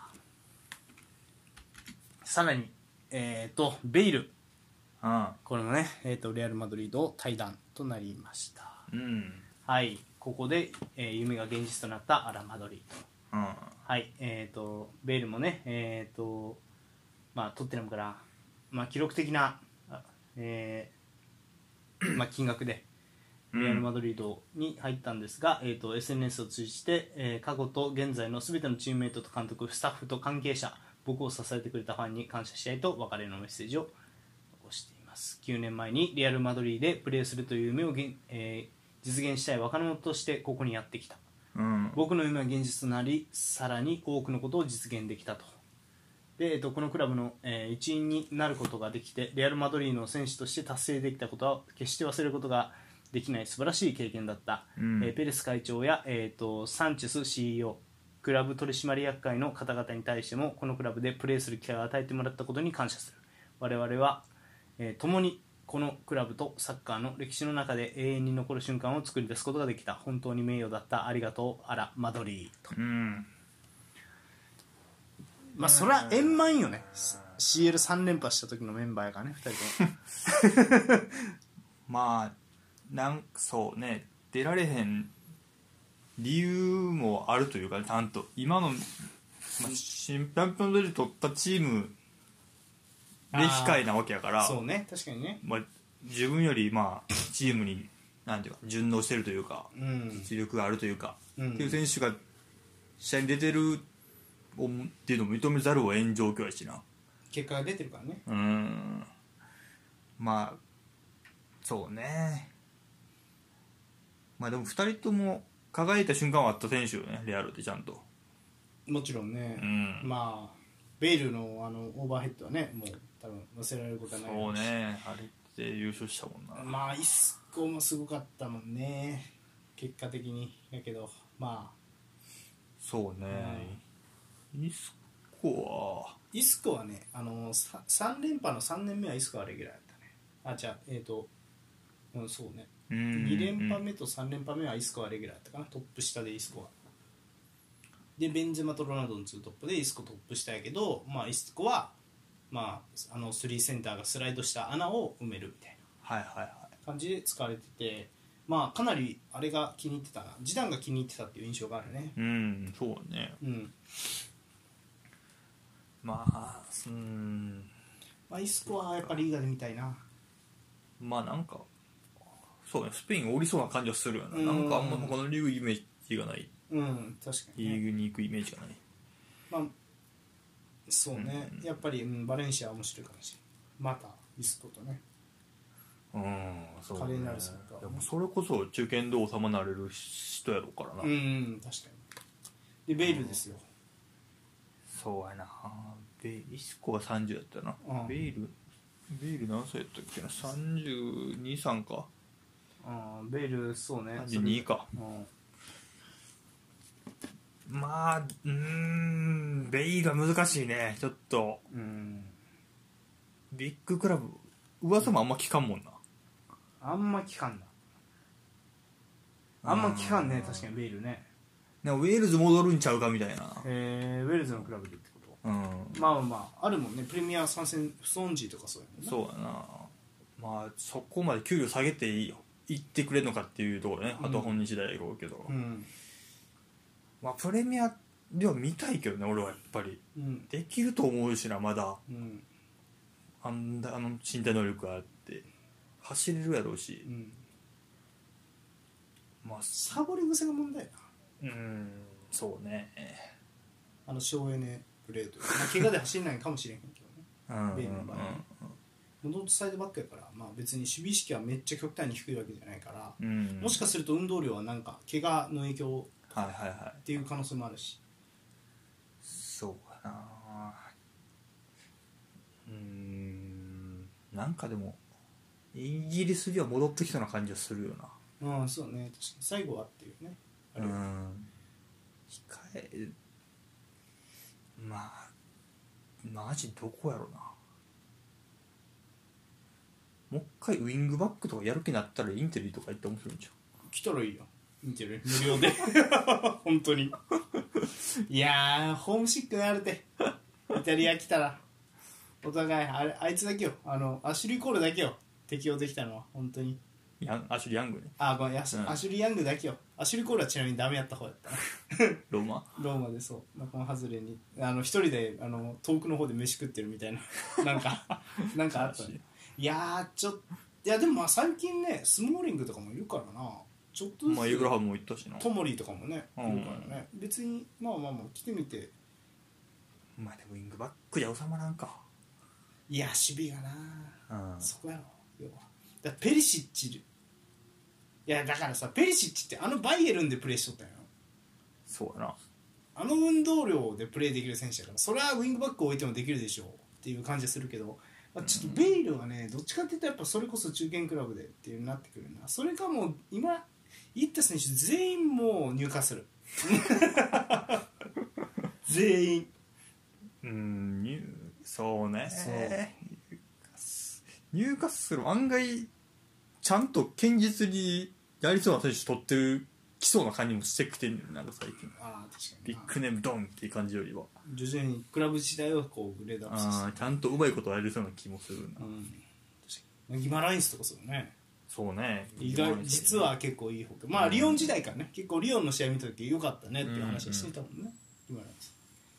さらに、えー、とベイル、 ああこれもね、えー、とレアルマドリード対談となりました。 うん、 はい、ここで、えー、夢が現実となったアラマドリード、 うん、 はい、えー、とベイルもね、えーとまあ、トッテナムから、まあ、記録的な、えーまあ、金額でレアルマドリードに入ったんですが、うん、えー、と エスエヌエス を通じて、えー、過去と現在のすべてのチームメイトと監督、スタッフと関係者、僕を支えてくれたファンに感謝したいと別れのメッセージを残しています。きゅうねんまえにレアルマドリードでプレーするという夢を、えー、実現したい若者としてここにやってきた、うん、僕の夢は現実となりさらに多くのことを実現できたと。で、えー、とこのクラブの、えー、一員になることができてレアルマドリードの選手として達成できたことは決して忘れることができない素晴らしい経験だった、うん、えー、ペレス会長や、えー、とサンチェス シーイーオー、 クラブ取締役会の方々に対してもこのクラブでプレーする機会を与えてもらったことに感謝する。我々は、えー、共にこのクラブとサッカーの歴史の中で永遠に残る瞬間を作り出すことができた。本当に名誉だった。ありがとう。あらマドリーと。 うん、 まあそれは円満よね。 シーエルスリー 連覇した時のメンバーやからね、ふたりともまあなんそうね、出られへん理由もあるというか、ちゃんと今の、まあ、新チャンピオンズリーグ取ったチームで控えなわけやから、 そうね、確かにね、 まあ、自分よりまあチームになんていうか順応してるというか、 うん、 実力があるというか、 うん、 っていう選手が試合に出てるっていうのを認めざるを得ん状況やしな。 結果が出てるからね。 うーん、まあそうね。まあでもふたりとも輝いた瞬間はあった選手よね、レアルってちゃんと。 もちろんね、 うん、 まあベイルのあのオーバーヘッドはね、もう多分忘れられることはない。 そうね、あれって優勝したもんな。 まあイスコもすごかったもんね、結果的に。やけどまあそうね、うん、イスコはイスコはね、あのさん連覇のさんねんめはイスコはレギュラーやったね。あ、じゃあえっ、ー、と、うん、そうね、に連覇目とさん連覇目はイスコはレギュラーやったかな、トップ下でイスコは。でベンゼマとロナウドのツートップでイスコトップ下やけど、まあ、イスコは、まあ、あのスリーセンターがスライドした穴を埋めるみたいな感じで使われてて、まあ、かなりあれが気に入ってたな、ジダンが気に入ってたっていう印象があるね。 うん、そうね、 うん、 まあうん、 まあ、イスコはやっぱりリーガで見たいな。 まあなんかそうね、スペインおりそうな感じはするよな、うん、なんかあんま他のリーグイメージがない、 うん、確かに、ね、 リーグに行くイメージがない。 まあそうね、うん、やっぱり、うん、バレンシアは面白いかもしれない。またイスコとね、 うん、そうね、 華麗なるサッカー、ね、 でもそれこそ中堅で収まられる人やろうからな。 うん、確かに。でベイルですよ、うん、 そうやな、ベイイスコがさんじゅうやったな、うん、ベイルベイル何歳やったっけな、さんじゅうに、さんか、 あベイルそうね、 さんじゅうにか、うん、まあうーんベイルは難しいね、ちょっと、うん、ビッグクラブ噂もあんま聞かんもんな、 あんま聞かんな、あんま聞かんね、確かにベイルね。 なんかウェールズ戻るんちゃうかみたいな。 えー、ウェールズのクラブでってこと、うん、まあまああるもんね、プレミア参戦フソンジーとかそうやもんね。 そうやな、まあそこまで給料下げていいよ言ってくれるのかっていうところね、あとは本人次第やろうけど、うん、まあプレミアでは見たいけどね、俺はやっぱり、うん、できると思うしな、まだ、うん、あんだあの身体能力があって走れるやろうし、うん、 まあサボり癖が問題やな。 うん、そうね、 あの省エネプレーというか、まあ、怪我で走れないかもしれへんけどねベイルの場合ね、もともとサイドバックやから、まあ、別に守備意識はめっちゃ極端に低いわけじゃないから、うん、もしかすると運動量はなんか怪我の影響っていう可能性もあるし、 そうやな、うーん、なんかでもイギリスには戻ってきそうな感じはするよな。うん、そうね、確かに最後はっていうね、あれ、うん、 控えまあマジどこやろな、もう一回ウィングバックとかやる気になったらインテリとか行って面白いんちゃう。 来たらいいよインテリ無料で本当にいやーホームシックなるてイタリア来たらお互いあれあいつだけよ、あのアシュリー・コールだけよ適用できたのは本当に。 ヤンアシュリー・ヤングね。 あごめん、アシュ、うん、アシュリー・ヤングだけよ。アシュリー・コールはちなみにダメやった方やったなローマローマでそう仲間外れにあの一人であの遠くの方で飯食ってるみたいななんかなんかあったね。いやーちょっといやでもまあ最近ねスモーリングとかもいるからな、ちょっとずつ、 まあ、イブラハムも行ったしな、 トモリーとかもねいるからね、別にまあまあまあ来てみて、 まあでもウィングバックじゃ収まらんか。 いや守備がな、うん、そこやろ要は。だペリシッチいやだからさペリシッチってあのバイエルンでプレーしとったよ。 そうやな、 あの運動量でプレーできる選手だから、それはウィングバック置いてもできるでしょうっていう感じがするけど、まあ、ちょっとベイルはねどっちかっていうとやっぱそれこそ中堅クラブでっていうようになってくるな。それかもう今言った選手全員もう入荷する全員うんそうね、そうニューカッスル案外ちゃんと堅実にやりそうな選手取ってる来そうな感じもしてきてるなんか最近。 ああ確かにビッグネームドンっていう感じよりは徐々にクラブ時代をこうグレードアップさせて、 あちゃんとうまいことやりそうな気もするな、うん、 確かにギマランイスとかそうね。 そうね意外実は結構いい方まあリオン時代からね結構リオンの試合見た時良かったねっていう話してたもんね、ギマランイス。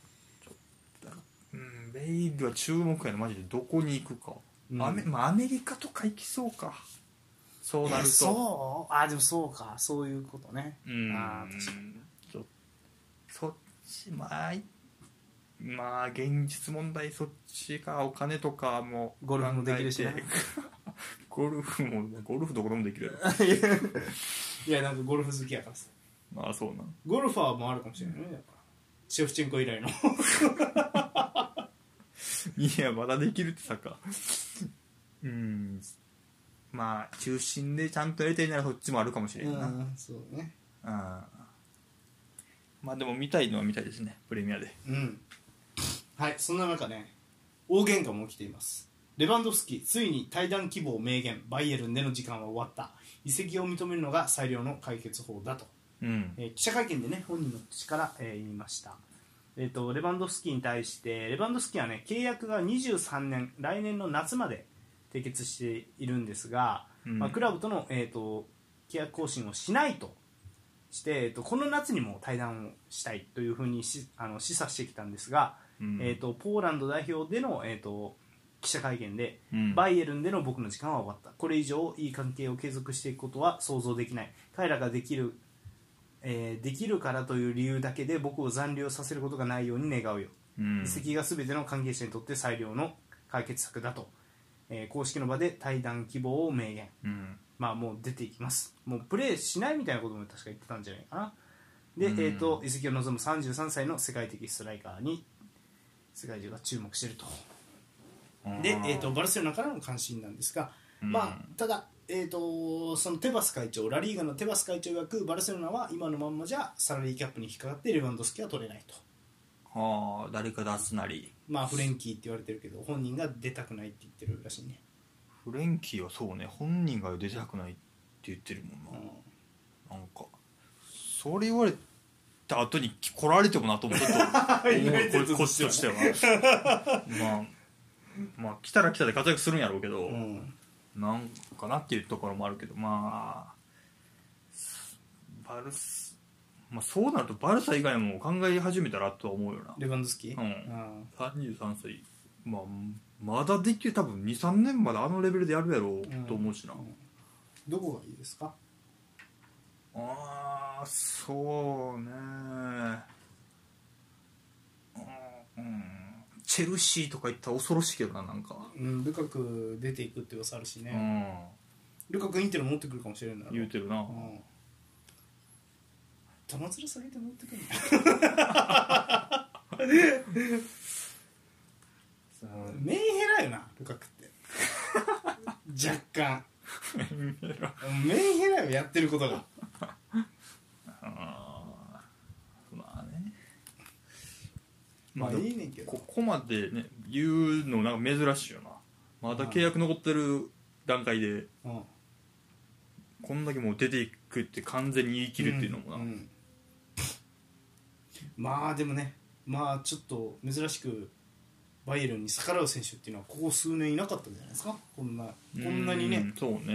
うんベイルは注目やなマジでどこに行くか、うん、アメまあ、アメリカとか行きそうかそうなると、えー、 そうあでもそうかそういうことねうんあ確かにちょそっちまあまあ現実問題そっちかお金とかもゴルフもできるし、ね、 ゴルフもゴルフどこでもできるやろいやなんかゴルフ好きやからさああそうなんゴルファーもあるかもしれないねやっぱシェフチェンコ以来のいやまだできるってサッカーうんまあ中心でちゃんとやりたいならそっちもあるかもしれんな、うん、 そうねあまあでも見たいのは見たいですねプレミアでうんはいそんな中ね大喧嘩も起きています。レバンドフスキついに退団希望を明言バイエルンでの時間は終わった移籍を認めるのが最良の解決法だと、うんえー、記者会見でね本人の口から、えー、言いました。えー、とレバンドフスキに対してレバンドフスキはね契約がにじゅうさんねん来年の夏まで締結しているんですが、うんまあ、クラブとの、えー、と契約更新をしないとして、えー、とこの夏にも退団をしたいというふうにしあの示唆してきたんですが、うんえー、とポーランド代表での、えー、と記者会見で、うん、バイエルンでの僕の時間は終わったこれ以上いい関係を継続していくことは想像できない彼らができるえー、できるからという理由だけで僕を残留させることがないように願うよ、うん、移籍が全ての関係者にとって最良の解決策だと、えー、公式の場で退団希望を明言、うんまあ、もう出ていきますもうプレーしないみたいなことも確か言ってたんじゃないかなで、うんえー、と移籍を望むさんじゅうさんさいの世界的ストライカーに世界中が注目しているとで、えー、とバルセロナからの関心なんですが、うんまあ、ただえー、とそのテバス会長ラリーガのテバス会長曰くバルセロナは今のまんまじゃサラリーキャップに引っかかってレバンドフスキは取れないとはあ誰か出すなりまあフレンキーって言われてるけど本人が出たくないって言ってるらしいねフレンキーはそうね本人が出たくないって言ってるもんな、うん、なんかそれ言われた後に来られてもなと思うと思うこっちとしてはまあまあ来たら来たで活躍するんやろうけど、うんなんかなっていうところもあるけどまあバルス、まあ、そうなるとバルサ以外も考え始めたらとは思うよなレバンドフスキ、 うん、さんじゅうさんさい、まあ、まだできる多分 にさんねんまであのレベルでやるやろうと思うしな、うんうん、 どこがいいですかああそうねうんチェルシーとか行ったら恐ろしいけどななんか、 うん、ルカク出ていくって噂あるしね、うん、ルカクインテル持ってくるかもしれない言うてるな、うん、 玉面下げて持ってくるんだメンヘラよなルカクって若干メンヘラよやってることがまあいいねんけどここまでね言うのなんか珍しいよなまだ契約残ってる段階で、うん、こんだけもう出ていくって完全に言い切るっていうのもな、うんうん、 まあでもねまあちょっと珍しくバイエルンに逆らう選手っていうのはここ数年いなかったんじゃないですかこんなこんなにねそうね、うん、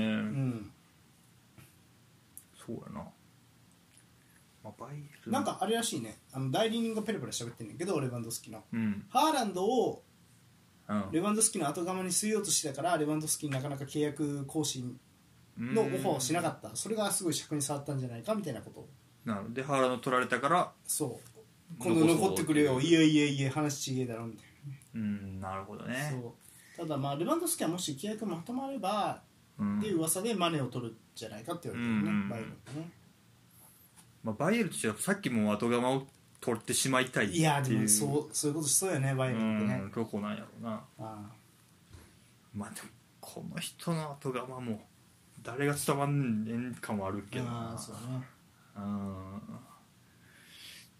そうやなまあ、バイエルンなんかあれらしいねあの代理人がペラペラ喋ってんねんけどレバンドフスキの、うん、ハーランドをレバンドフスキの後釜に据えようとしてたからレバンドフスキになかなか契約更新のオファーをしなかったそれがすごい尺に触ったんじゃないかみたいなことなのでハーランド取られたからそう今度残ってくれよいえいえいえ話ちげえだろみたいなねうんなるほどねそうただまあレバンドフスキはもし契約まとまれば、うん、っていう噂でマネを取るんじゃないかって言われてるね、うんうん、バイエルンねまあ、バイエルンとしてはさっきも後釜を取ってしまいたいっていういやでもそうそういうことしそうよねバイエルンってねうんどこなんやろうなあまあでもこの人の後釜も誰が伝わんねんかもあるけどなあそうねうん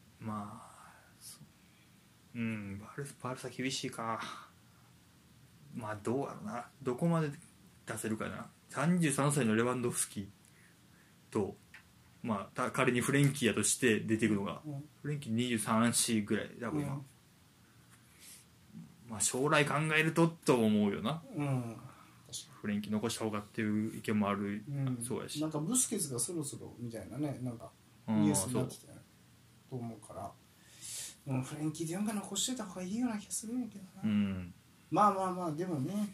まあうんバルバルサ厳しいかまあどうやろうな、どこまで出せるかな。さんじゅうさんさいのレバンドフスキと、まあ、仮にフレンキーやとして出ていくのが、うん、フレンキーにじゅうさん、よんぐらい多分今、うん、まあ将来考えるとと思うよな、うん、フレンキー残した方がっていう意見もある、うん、そうやし、 なんかブスケツがそろそろみたいなね、なんかニュースになってたと思うから、もうフレンキー・デヨングが残してた方がいいような気がするんやけどな、うん、まあまあまあでもね、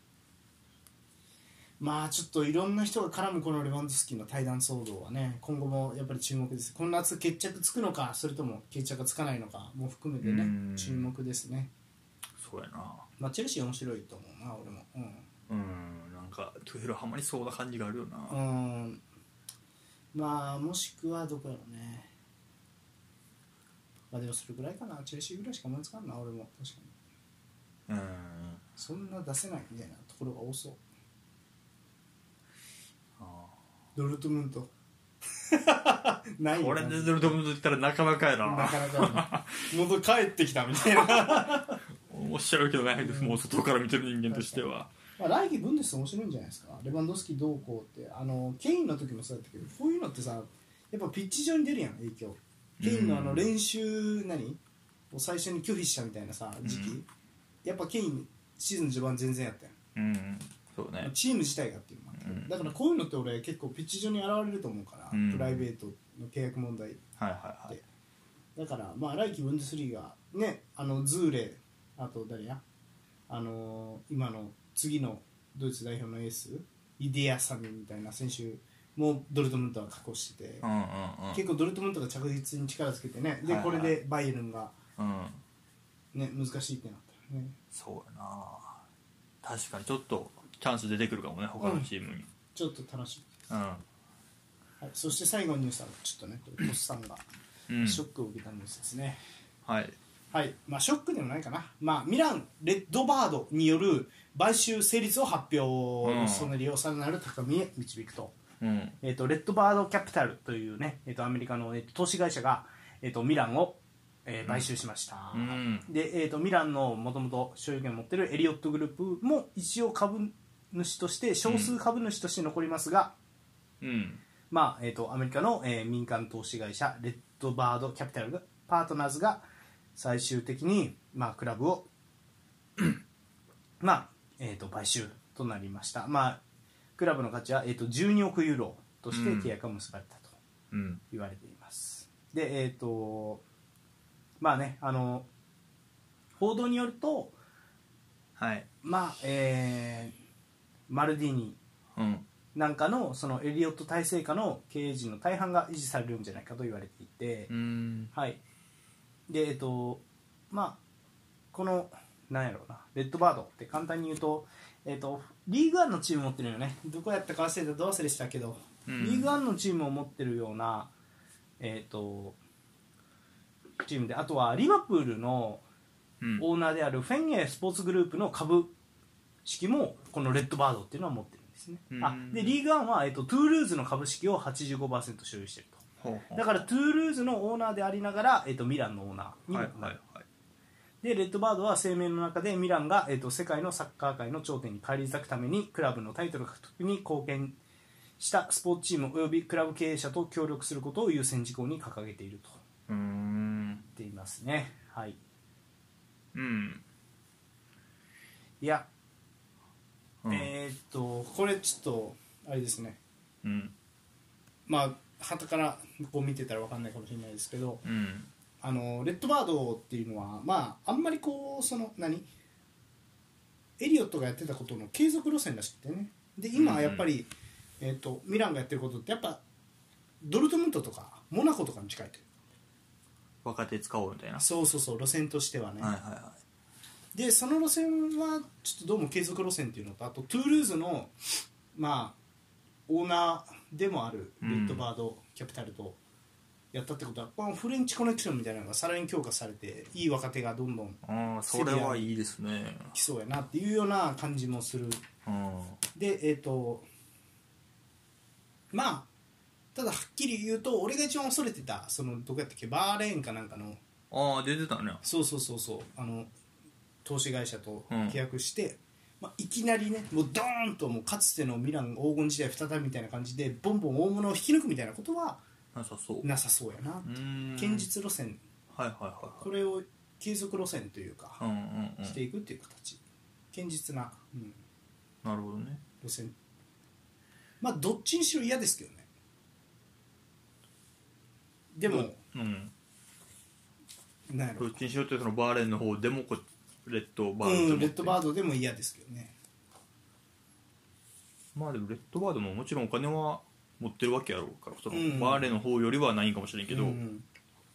まあちょっといろんな人が絡むこのレバンドフスキの対談騒動はね、今後もやっぱり注目です。この夏決着つくのか、それとも決着がつかないのかも含めてね、注目ですね。 そうやな、 まあチェルシー面白いと思うな、俺も。うん、 うん、なんかトゥヘルハマりそうな感じがあるよな。 うん、まあもしくはどこやろうね。まあでもそれぐらいかな、チェルシーぐらいしか思いつかんな、俺も。確かに、うん、そんな出せないみたいなところが多そう。ドルトムントないよ、 俺でドルトムント言ったらなかなかやな、 なかなか元帰ってきたみたいなおっしゃるけどね、うん、もう外から見てる人間としては、 まあ、来季ブンデス面白いんじゃないですか。レバンドフスキどうこうって、あのケインの時もそうだったけど、こういうのってさ、やっぱピッチ上に出るやん、影響。ケインのあの練習何を最初に拒否したみたいなさ時期、うん、やっぱケインシーズン序盤全然やったやん、うんそうね、チーム自体がっていうのもあって、うん、だからこういうのって俺結構ピッチ上に現れると思うから、うん、プライベートの契約問題って、はいはいはい、だからまあ来季ブンデスリーガね、あのズーレ、あと誰や、あのー、今の次のドイツ代表のエースイデアサミみたいな選手もドルトムントは確保してて、うんうんうん、結構ドルトムントが着実に力つけてね、で、はいはい、これでバイエルンが、うん、ね、難しいってなったらね。 そうやな、確かにちょっとチャンス出てくるかもね、他のチームに、うん、 ちょっと楽しみです、うん、はい、そして最後のニュースはちょっとね、トスさんがショックを受けたニュースですね、うん、はいはい、まあショックでもないかな、まあ、ミランレッドバードによる買収成立を発表のソネリをさらなる高みへ導くと、うんえー、とレッドバードキャピタルというね、えー、とアメリカの、えー、と投資会社が、えー、とミランを、えー、買収しました、うん、で、えー、とミランのもともと所有権を持っているエリオットグループも一応株主として少数株主として残りますが、うんまあえー、とアメリカの、えー、民間投資会社レッドバードキャピタルパートナーズが最終的に、まあ、クラブをまあ、えー、と買収となりました。まあクラブの価値は、えー、とじゅうにおくユーロとして契約が結ばれたと言われています、うん、でえっ、ー、とまあね、あの報道によると、はいまあえー、マルディーニなんかの、そのエリオット体制下の経営陣の大半が維持されるんじゃないかと言われていて、うんはいでえっ、ー、とまあこのなんやろうな、レッドバードって簡単に言うと、えー、とリーグワンのチーム持ってるよね。どこやったか忘れた、ど忘れしたけど、うん、リーグワンのチームを持ってるような、えー、とチームで、あとはリバプールのオーナーであるフェンエスポーツグループの株式もこのレッドバードっていうのは持ってるんですね、うん、あでリーグワンは、えー、とトゥールーズの株式を はちじゅうごパーセント 所有していると。ほうほうだからトゥールーズのオーナーでありながら、えー、とミランのオーナーにもなる、はいはいはい、でレッドバードは声明の中でミランが、えー、と世界のサッカー界の頂点に返り咲くためにクラブのタイトル獲得に貢献したスポーツチームおよびクラブ経営者と協力することを優先事項に掲げているとうーん言っていますね。はい、うん、いや、うん、えー、っとこれちょっとあれですね、うん、まあ傍からこう見てたら分かんないかもしれないですけど、うん、あのレッドバードっていうのはまああんまりこうその何エリオットがやってたことの継続路線らしくてね。で今やっぱり、うんうん、えー、とミランがやってることってやっぱドルトムントとかモナコとかに近いという若手使おうみたいな、 そうそうそう路線としてはね、 はいはいはい、 でその路線はちょっとどうも継続路線っていうのと、あとトゥールーズのまあオーナーでもあるレッドバードキャピタルとやったってことは、このフレンチコネクションみたいなのがさらに強化されて、いい若手がどんどんあそれはいいですね来そうやなっていうような感じもする。でえっ、ー、とまあただはっきり言うと、俺が一番恐れてたそのどこやったっけ、バーレーンかなんかのああ出てたね、 そうそうそうそう、あの投資会社と契約して、うん、 まあ、いきなりねもうドーンともうかつてのミラン黄金時代再びみたいな感じでボンボン大物を引き抜くみたいなことはなさそうなさそうやな。 うーん堅実路線、 はいはいはいはいこれを継続路線というか、 うんうんうんしていくっていう形、堅実な、うん、 なるほどね路線。まあどっちにしろ嫌ですけどね。でもうんなんやろどっちにしろってそのバーレーンの方でもこレッドバードうん、 でもレッドバードでも嫌ですけどね。 まあでもレッドバードももちろんお金は持ってるわけやろうからそのうんバーレーンの方よりはないんかもしれんけど、 うん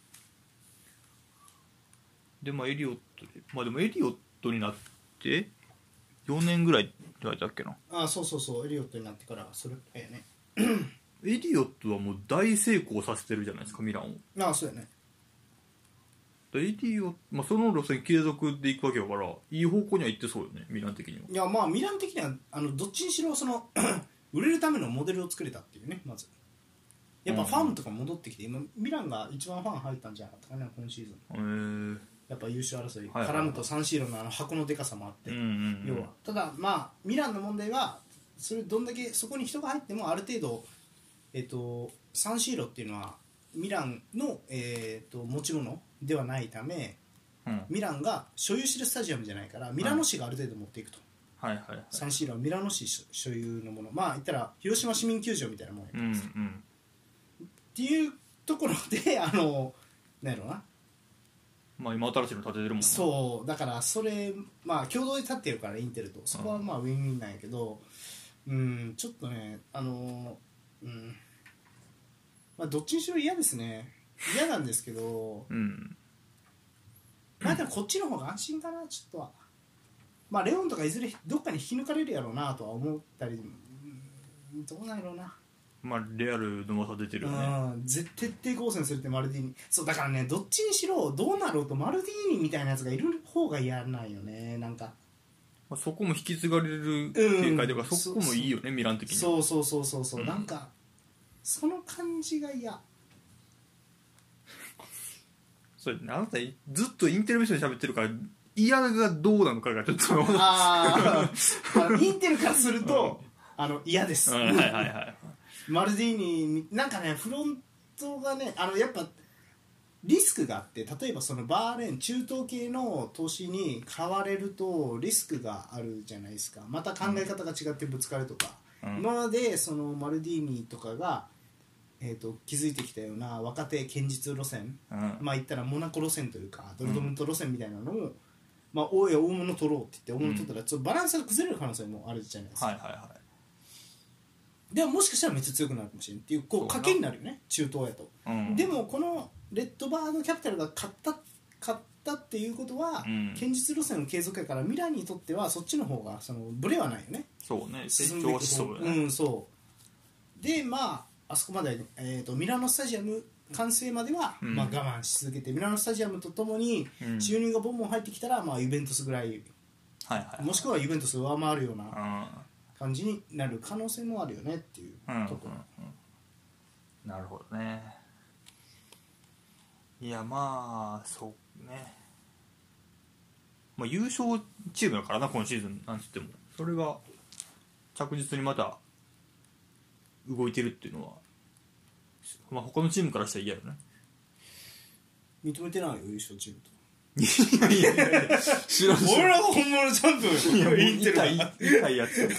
でまあエリオットでまあでもエリオットになってよねんぐらいって言われたっけな。 ああそうそうそうエリオットになってからそれやね。 エリオットはもう大成功させてるじゃないですかミランを。 ああそうやね。 エリオ、まあ、その路線継続でいくわけだからいい方向には行ってそうよねミラン的には。 いやまあミラン的にはあのどっちにしろその売れるためのモデルを作れたっていうね。まずやっぱファンとか戻ってきて、今ミランが一番ファン入ったんじゃなかったかな今シーズン。 へーやっぱ優勝争いはいはいはい絡むとサンシーロのあの箱のでかさもあって、 うんうんうん要はただまあミランの問題はそれどんだけそこに人が入ってもある程度、えっと、サンシーロっていうのはミランの、えー、と持ち物ではないため、 うんミランが所有してるスタジアムじゃないからミラノ市がある程度持っていくと、 はいはいはいサンシーロはミラノ市所有のもの、まあ言ったら広島市民球場みたいなもんや、 うんうんっていうところであのなんやろうな、 まあ今新しいの建ててるもんね。 そうだからそれまあ共同で立ってるからインテルとそこはまあウィンウィンなんやけど、うんちょっとねあのうんまあどっちにしろ嫌ですね。嫌なんですけどうんまあでもこっちの方が安心かなちょっとは。まあレオンとかいずれどっかに引き抜かれるやろうなとは思ったり、うんどうなんやろうな。 まあレアルの噂出てるよね。 うん絶徹底抗戦するってマルディーニそうだからねどっちにしろどうなろうとマルディーニみたいなやつがいる方が嫌なんよねなんか。 まあ、そこも引き継がれる展開とか、うん、そこもいいよねミラン的に。 そうそうそうそうそう、 うん、 なんかその感じが嫌。 それあなたずっとインテルミッションで喋ってるから嫌がどうなのかがちょっとああインテルからすると、うん、あの嫌です、 うん、はいはいはいマルディーニなんかねフロントがねあのやっぱリスクがあって例えばそのバーレーン中東系の投資に買われるとリスクがあるじゃないですか。また考え方が違ってぶつかるとか、うん、今までそのマルディーニとかが、えー、と築いてきたような若手堅実路線、うん、まあ言ったらモナコ路線というかドルトムント路線みたいなのを、うん、まあ大江大物取ろうって言って大物取ったらちょっとバランスが崩れる可能性もあるじゃないですか、 はいはいはい、 でももしかしたらめっちゃ強くなるかもしれないっていうこう賭けになるよね中東やと、うん、でもこのレッドバードキャピタルが勝った勝ったっていうことは、うん、堅実路線の継続やからミランにとってはそっちの方がそのブレはないよね。 そうね成長はしそうよね。 うんそうでまああそこまで、えー、とミラノスタジアム完成までは、うんまあ、我慢し続けてミラノスタジアムとともに収入がボンボン入ってきたら、まあ、ユベントスぐらい、 はいはい、 もしくはユベントスを上回るような感じになる可能性もあるよねっていうところ、 うんうんうん、なるほどね。いやまあそうね、まあ、優勝チームだからな今シーズンなんつってもそれが着実にまた動いてるっていうのは、まあ、他のチームからしたら嫌よね。 認めてないよ優勝チームと。 いやいやいや知らん俺らが本物チャンプいやインテルが痛いやつ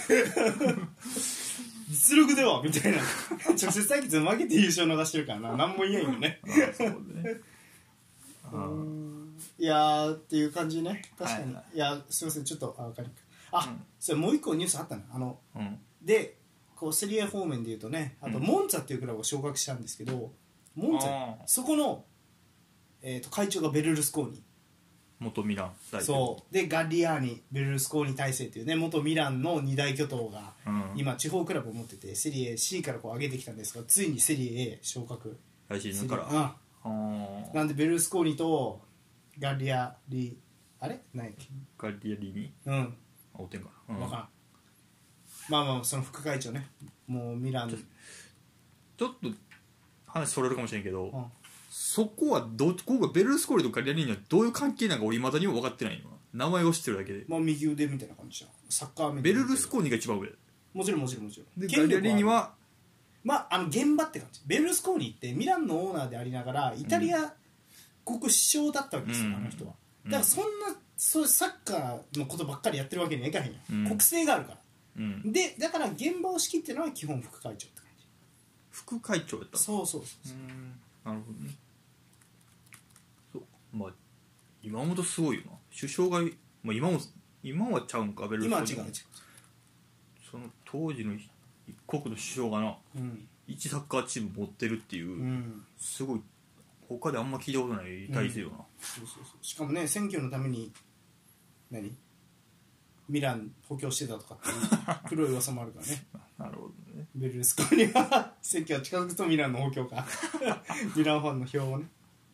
実力ではみたいな直接対決負けて優勝逃してるからな何も言えんよね。 あそうねうんいやーっていう感じね確かに、はいはい、いやすいませんちょっとあ分かりにくいあ、うん、それもう一個ニュースあったのあの、うん、でこうセリエ方面でいうとねあとモンツァっていうクラブを昇格したんですけど、うん、モンツァそこの、えー、と会長がベルルスコーニ元ミラン大統領そうでガッリアーニベルルスコーニ体制っていうね元ミランの二大巨頭が、うん、今地方クラブを持っててセリエ C からこう上げてきたんですがついにセリエ A 昇格来シーズンからあなんでベルルスコーニとガリアリあれ何やっけガリアリにうんあおてんかな、うん、分からんまあまあその副会長ねもうミランちょ、ちょっと話それるかもしれんけど、うん、そこはどこがベルルスコーニとガリアリにはどういう関係なのか俺未だにも分かってないの名前を知ってるだけで、 まあ右腕みたいな感じじゃん、サッカー目ベルルスコーニが一番上もちろんもちろんもちろんで、ガリアリーニはまあ、あの現場って感じ。ベルルスコーニってミランのオーナーでありながらイタリア国首相だったわけですよ、うん、あの人は。だからそんなそうサッカーのことばっかりやってるわけにはいかへんや、うん、国政があるから、うん、でだから現場を仕切ってるのは基本副会長って感じ。 副会長やったそうそうそうそう。 うんなるほどね。そうまあ今本すごいよな首相が、まあ、今も今はちゃうんかベルルスコーニ今は違う違うその当時の一国の首相がな、うん、一サッカーチーム持ってるっていう、うん、すごい他であんま聞いたことない体制よな、うん、 そうそうそうしかもね選挙のために何ミラン補強してたとかっていう黒い噂もあるからねなるほどね。 ベルルスコーニは選挙が近づくとミランの補強かミランファンの票をね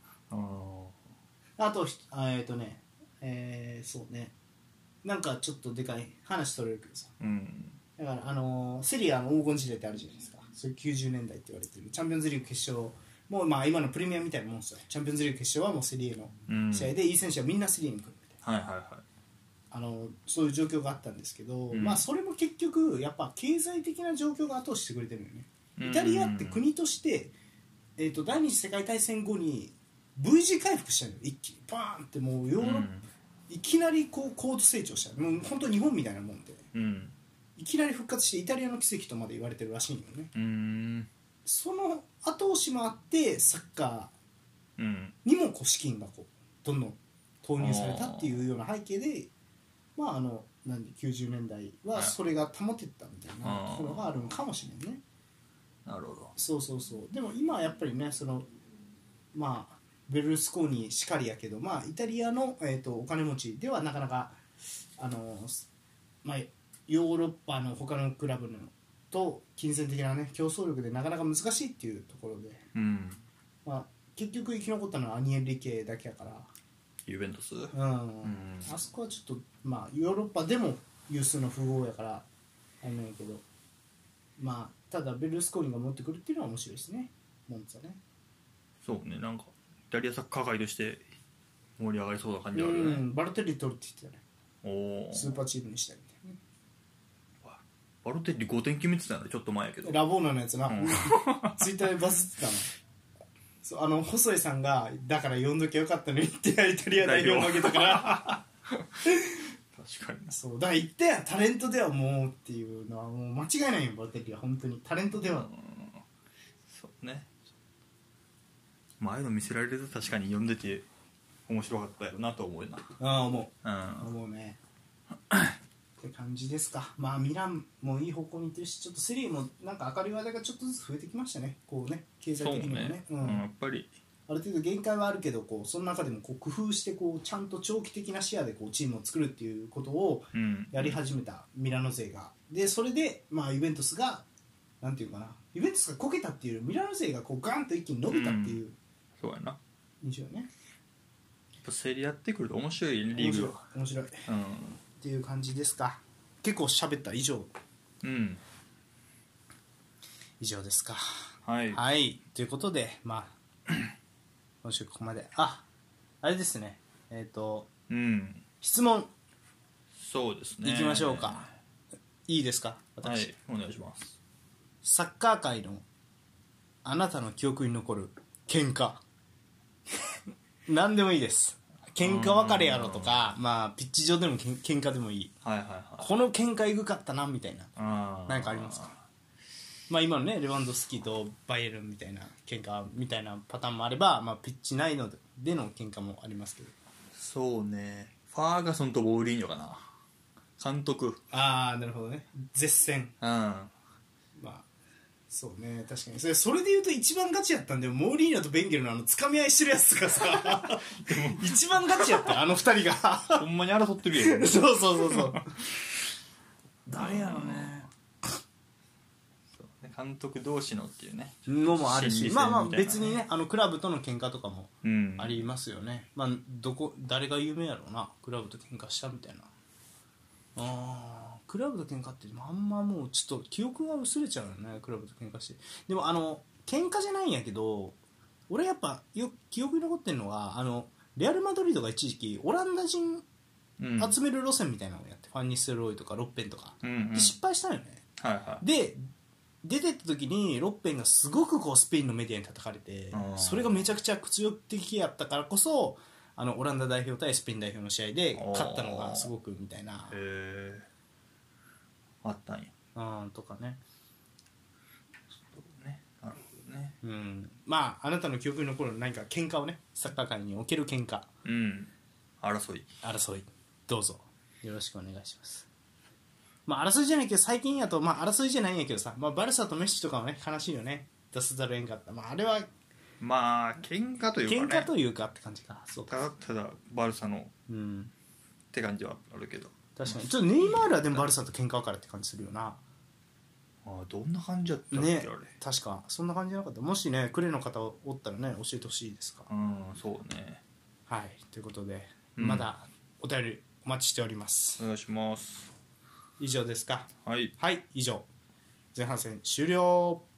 ああとえっ、ー、とねえー、そうねなんかちょっとでかい話取れるけどさ、うん、だからあのー、セリアの黄金時代ってあるじゃないですか。そういうきゅうじゅうねんだいって言われてるチャンピオンズリーグ決勝もうまあ今のプレミアみたいなもんですよ。チャンピオンズリーグ決勝はもうセリエの試合で、うん、いい選手はみんなセリエに来るみたいな、はいはいはい、あのそういう状況があったんですけど、うん、まあそれも結局やっぱ経済的な状況が後押ししてくれてるよね。イタリアって国として、えー、と第二次世界大戦後に V 字回復したのよ一気にバーンってもうヨーロッパ、うん、いきなりこう高度成長したもう本当日本みたいなもんで、うん、いきなり復活してイタリアの奇跡とまで言われてるらしいんよね。うーんその後押しもあってサッカーにもこう資金がこうどんどん投入されたっていうような背景で、まああのなんできゅうじゅうねんだいはそれが保てたみたいなところがあるのかもしれないね。 なるほど。 そうそうそう。でも今はやっぱりねそのまあベルルスコーニしかりやけど、まあイタリアの、えー、とお金持ちではなかなかあのまあヨーロッパの他のクラブのと金銭的なね競争力でなかなか難しいっていうところで、うんまあ、結局生き残ったのはアニエリケだけやからユベントス、うんうん、あそこはちょっとまあヨーロッパでも有数の富豪やからあれなんやけど、まあただベルルスコーニが持ってくるっていうのは面白いですね。モンツァね。 そうねなんかイタリアサッカー界として盛り上がりそうな感じあるよね。 うんバルテッリ取るって言ってたね。おスーパーチームにしたいみたいなね。 バルテッリごてん決めてたのちょっと前やけどラボーナのやつな、うん、ツイッターでバズってたのそうあの細井さんがだから呼んどきゃよかったのにってイタリア代表負けたから確かにそうだから言ってやタレントではもうっていうのはもう間違いないよバルテッリは本当にタレントでは、うん、 そうね前の見せられると確かに呼んでて面白かったよなと思うなああ思う、うん、思うねって感じですか。まあミランもいい方向に行ってるしちょっとセリエもなんか明るい話題がちょっとずつ増えてきましたねこうね経済的にもねう、ね、うん、やっぱりある程度限界はあるけどこうその中でもこう工夫してこうちゃんと長期的な視野でこうチームを作るっていうことをやり始めたミラノ勢がでそれでまあユベントスがなんていうかなユベントスがこけたっていうミラノ勢がこうガンと一気に伸びたっていう、うん、 そうやな印象ね。やっぱ競り合ってくると面白いリーグは面白い面白い、うんっていう感じですか。結構喋った以上うん以上ですか。はい、はい、ということでまあ今週ここまでああれですねえっ、ー、と、うん、質問そうですねいきましょうか。いいですか私、 はいお願いします。 サッカー界のあなたの記憶に残る喧嘩何でもいいです。喧嘩別れやろとかまあピッチ上でもけん喧嘩でもいい、はいはいはい、この喧嘩エグかったなみたいな何かありますか。まあ今のねレバンドフスキとバイエルンみたいな喧嘩みたいなパターンもあれば、まあ、ピッチ内のでの喧嘩もありますけど。 そうねファーガソンとモーリーニョかな監督。 ああなるほどね絶戦。うんまあそうね確かにそれ、それで言うと一番ガチやったんでモーリーニョとベンゲルのあの掴み合いしてるやつがさでも一番ガチやったよあの二人がほんまに争ってるやん、ね、 そうそうそうそう誰やろねそうね監督同士のっていうねのもあるし、ね、まあまあ別にねあのクラブとの喧嘩とかもありますよね、うん、まあどこ誰が有名やろうなクラブと喧嘩したみたいな。あクラブと喧嘩ってあんまもうちょっと記憶が薄れちゃうよねクラブと喧嘩して。でもあの喧嘩じゃないんやけど俺やっぱよ記憶に残ってるのはあのレアル・マドリードが一時期オランダ人集める路線みたいなのをやって、ファンニステロイとかロッペンとか、 うんうん、 で失敗したのよね、 はいはい、 で出てった時にロッペンがすごくこうスペインのメディアに叩かれて、それがめちゃくちゃ屈辱的やったからこそ、あのオランダ代表対スペイン代表の試合で勝ったのがすごくみたいな、 へえあったんや、 うんとかね、 そうね、なるほどね、 うん、まああなたの記憶に残る何か喧嘩をね、サッカー界における喧嘩、 うん、争い争いどうぞよろしくお願いします。まあ争いじゃないけど最近やと、まあ争いじゃないんやけどさ、まあ、バルサとメッシとかもね悲しいよね、出さざるを得んかった、まあ、あれはまあ喧嘩というかね、 喧嘩というかって感じか、そうか、 ただただバルサのうんって感じはあるけど、 確かにちょっとネイマールはでもバルサと喧嘩からって感じするよな、 あどんな感じやったっけ、 ね、 あれ確かそんな感じじゃなかった。もしねクレの方おったらね教えてほしいですか。 うんそうね、 はいということで、 うん、 まだお便りお待ちしております。 お願いします。 以上ですか。 はいはい以上前半戦終了。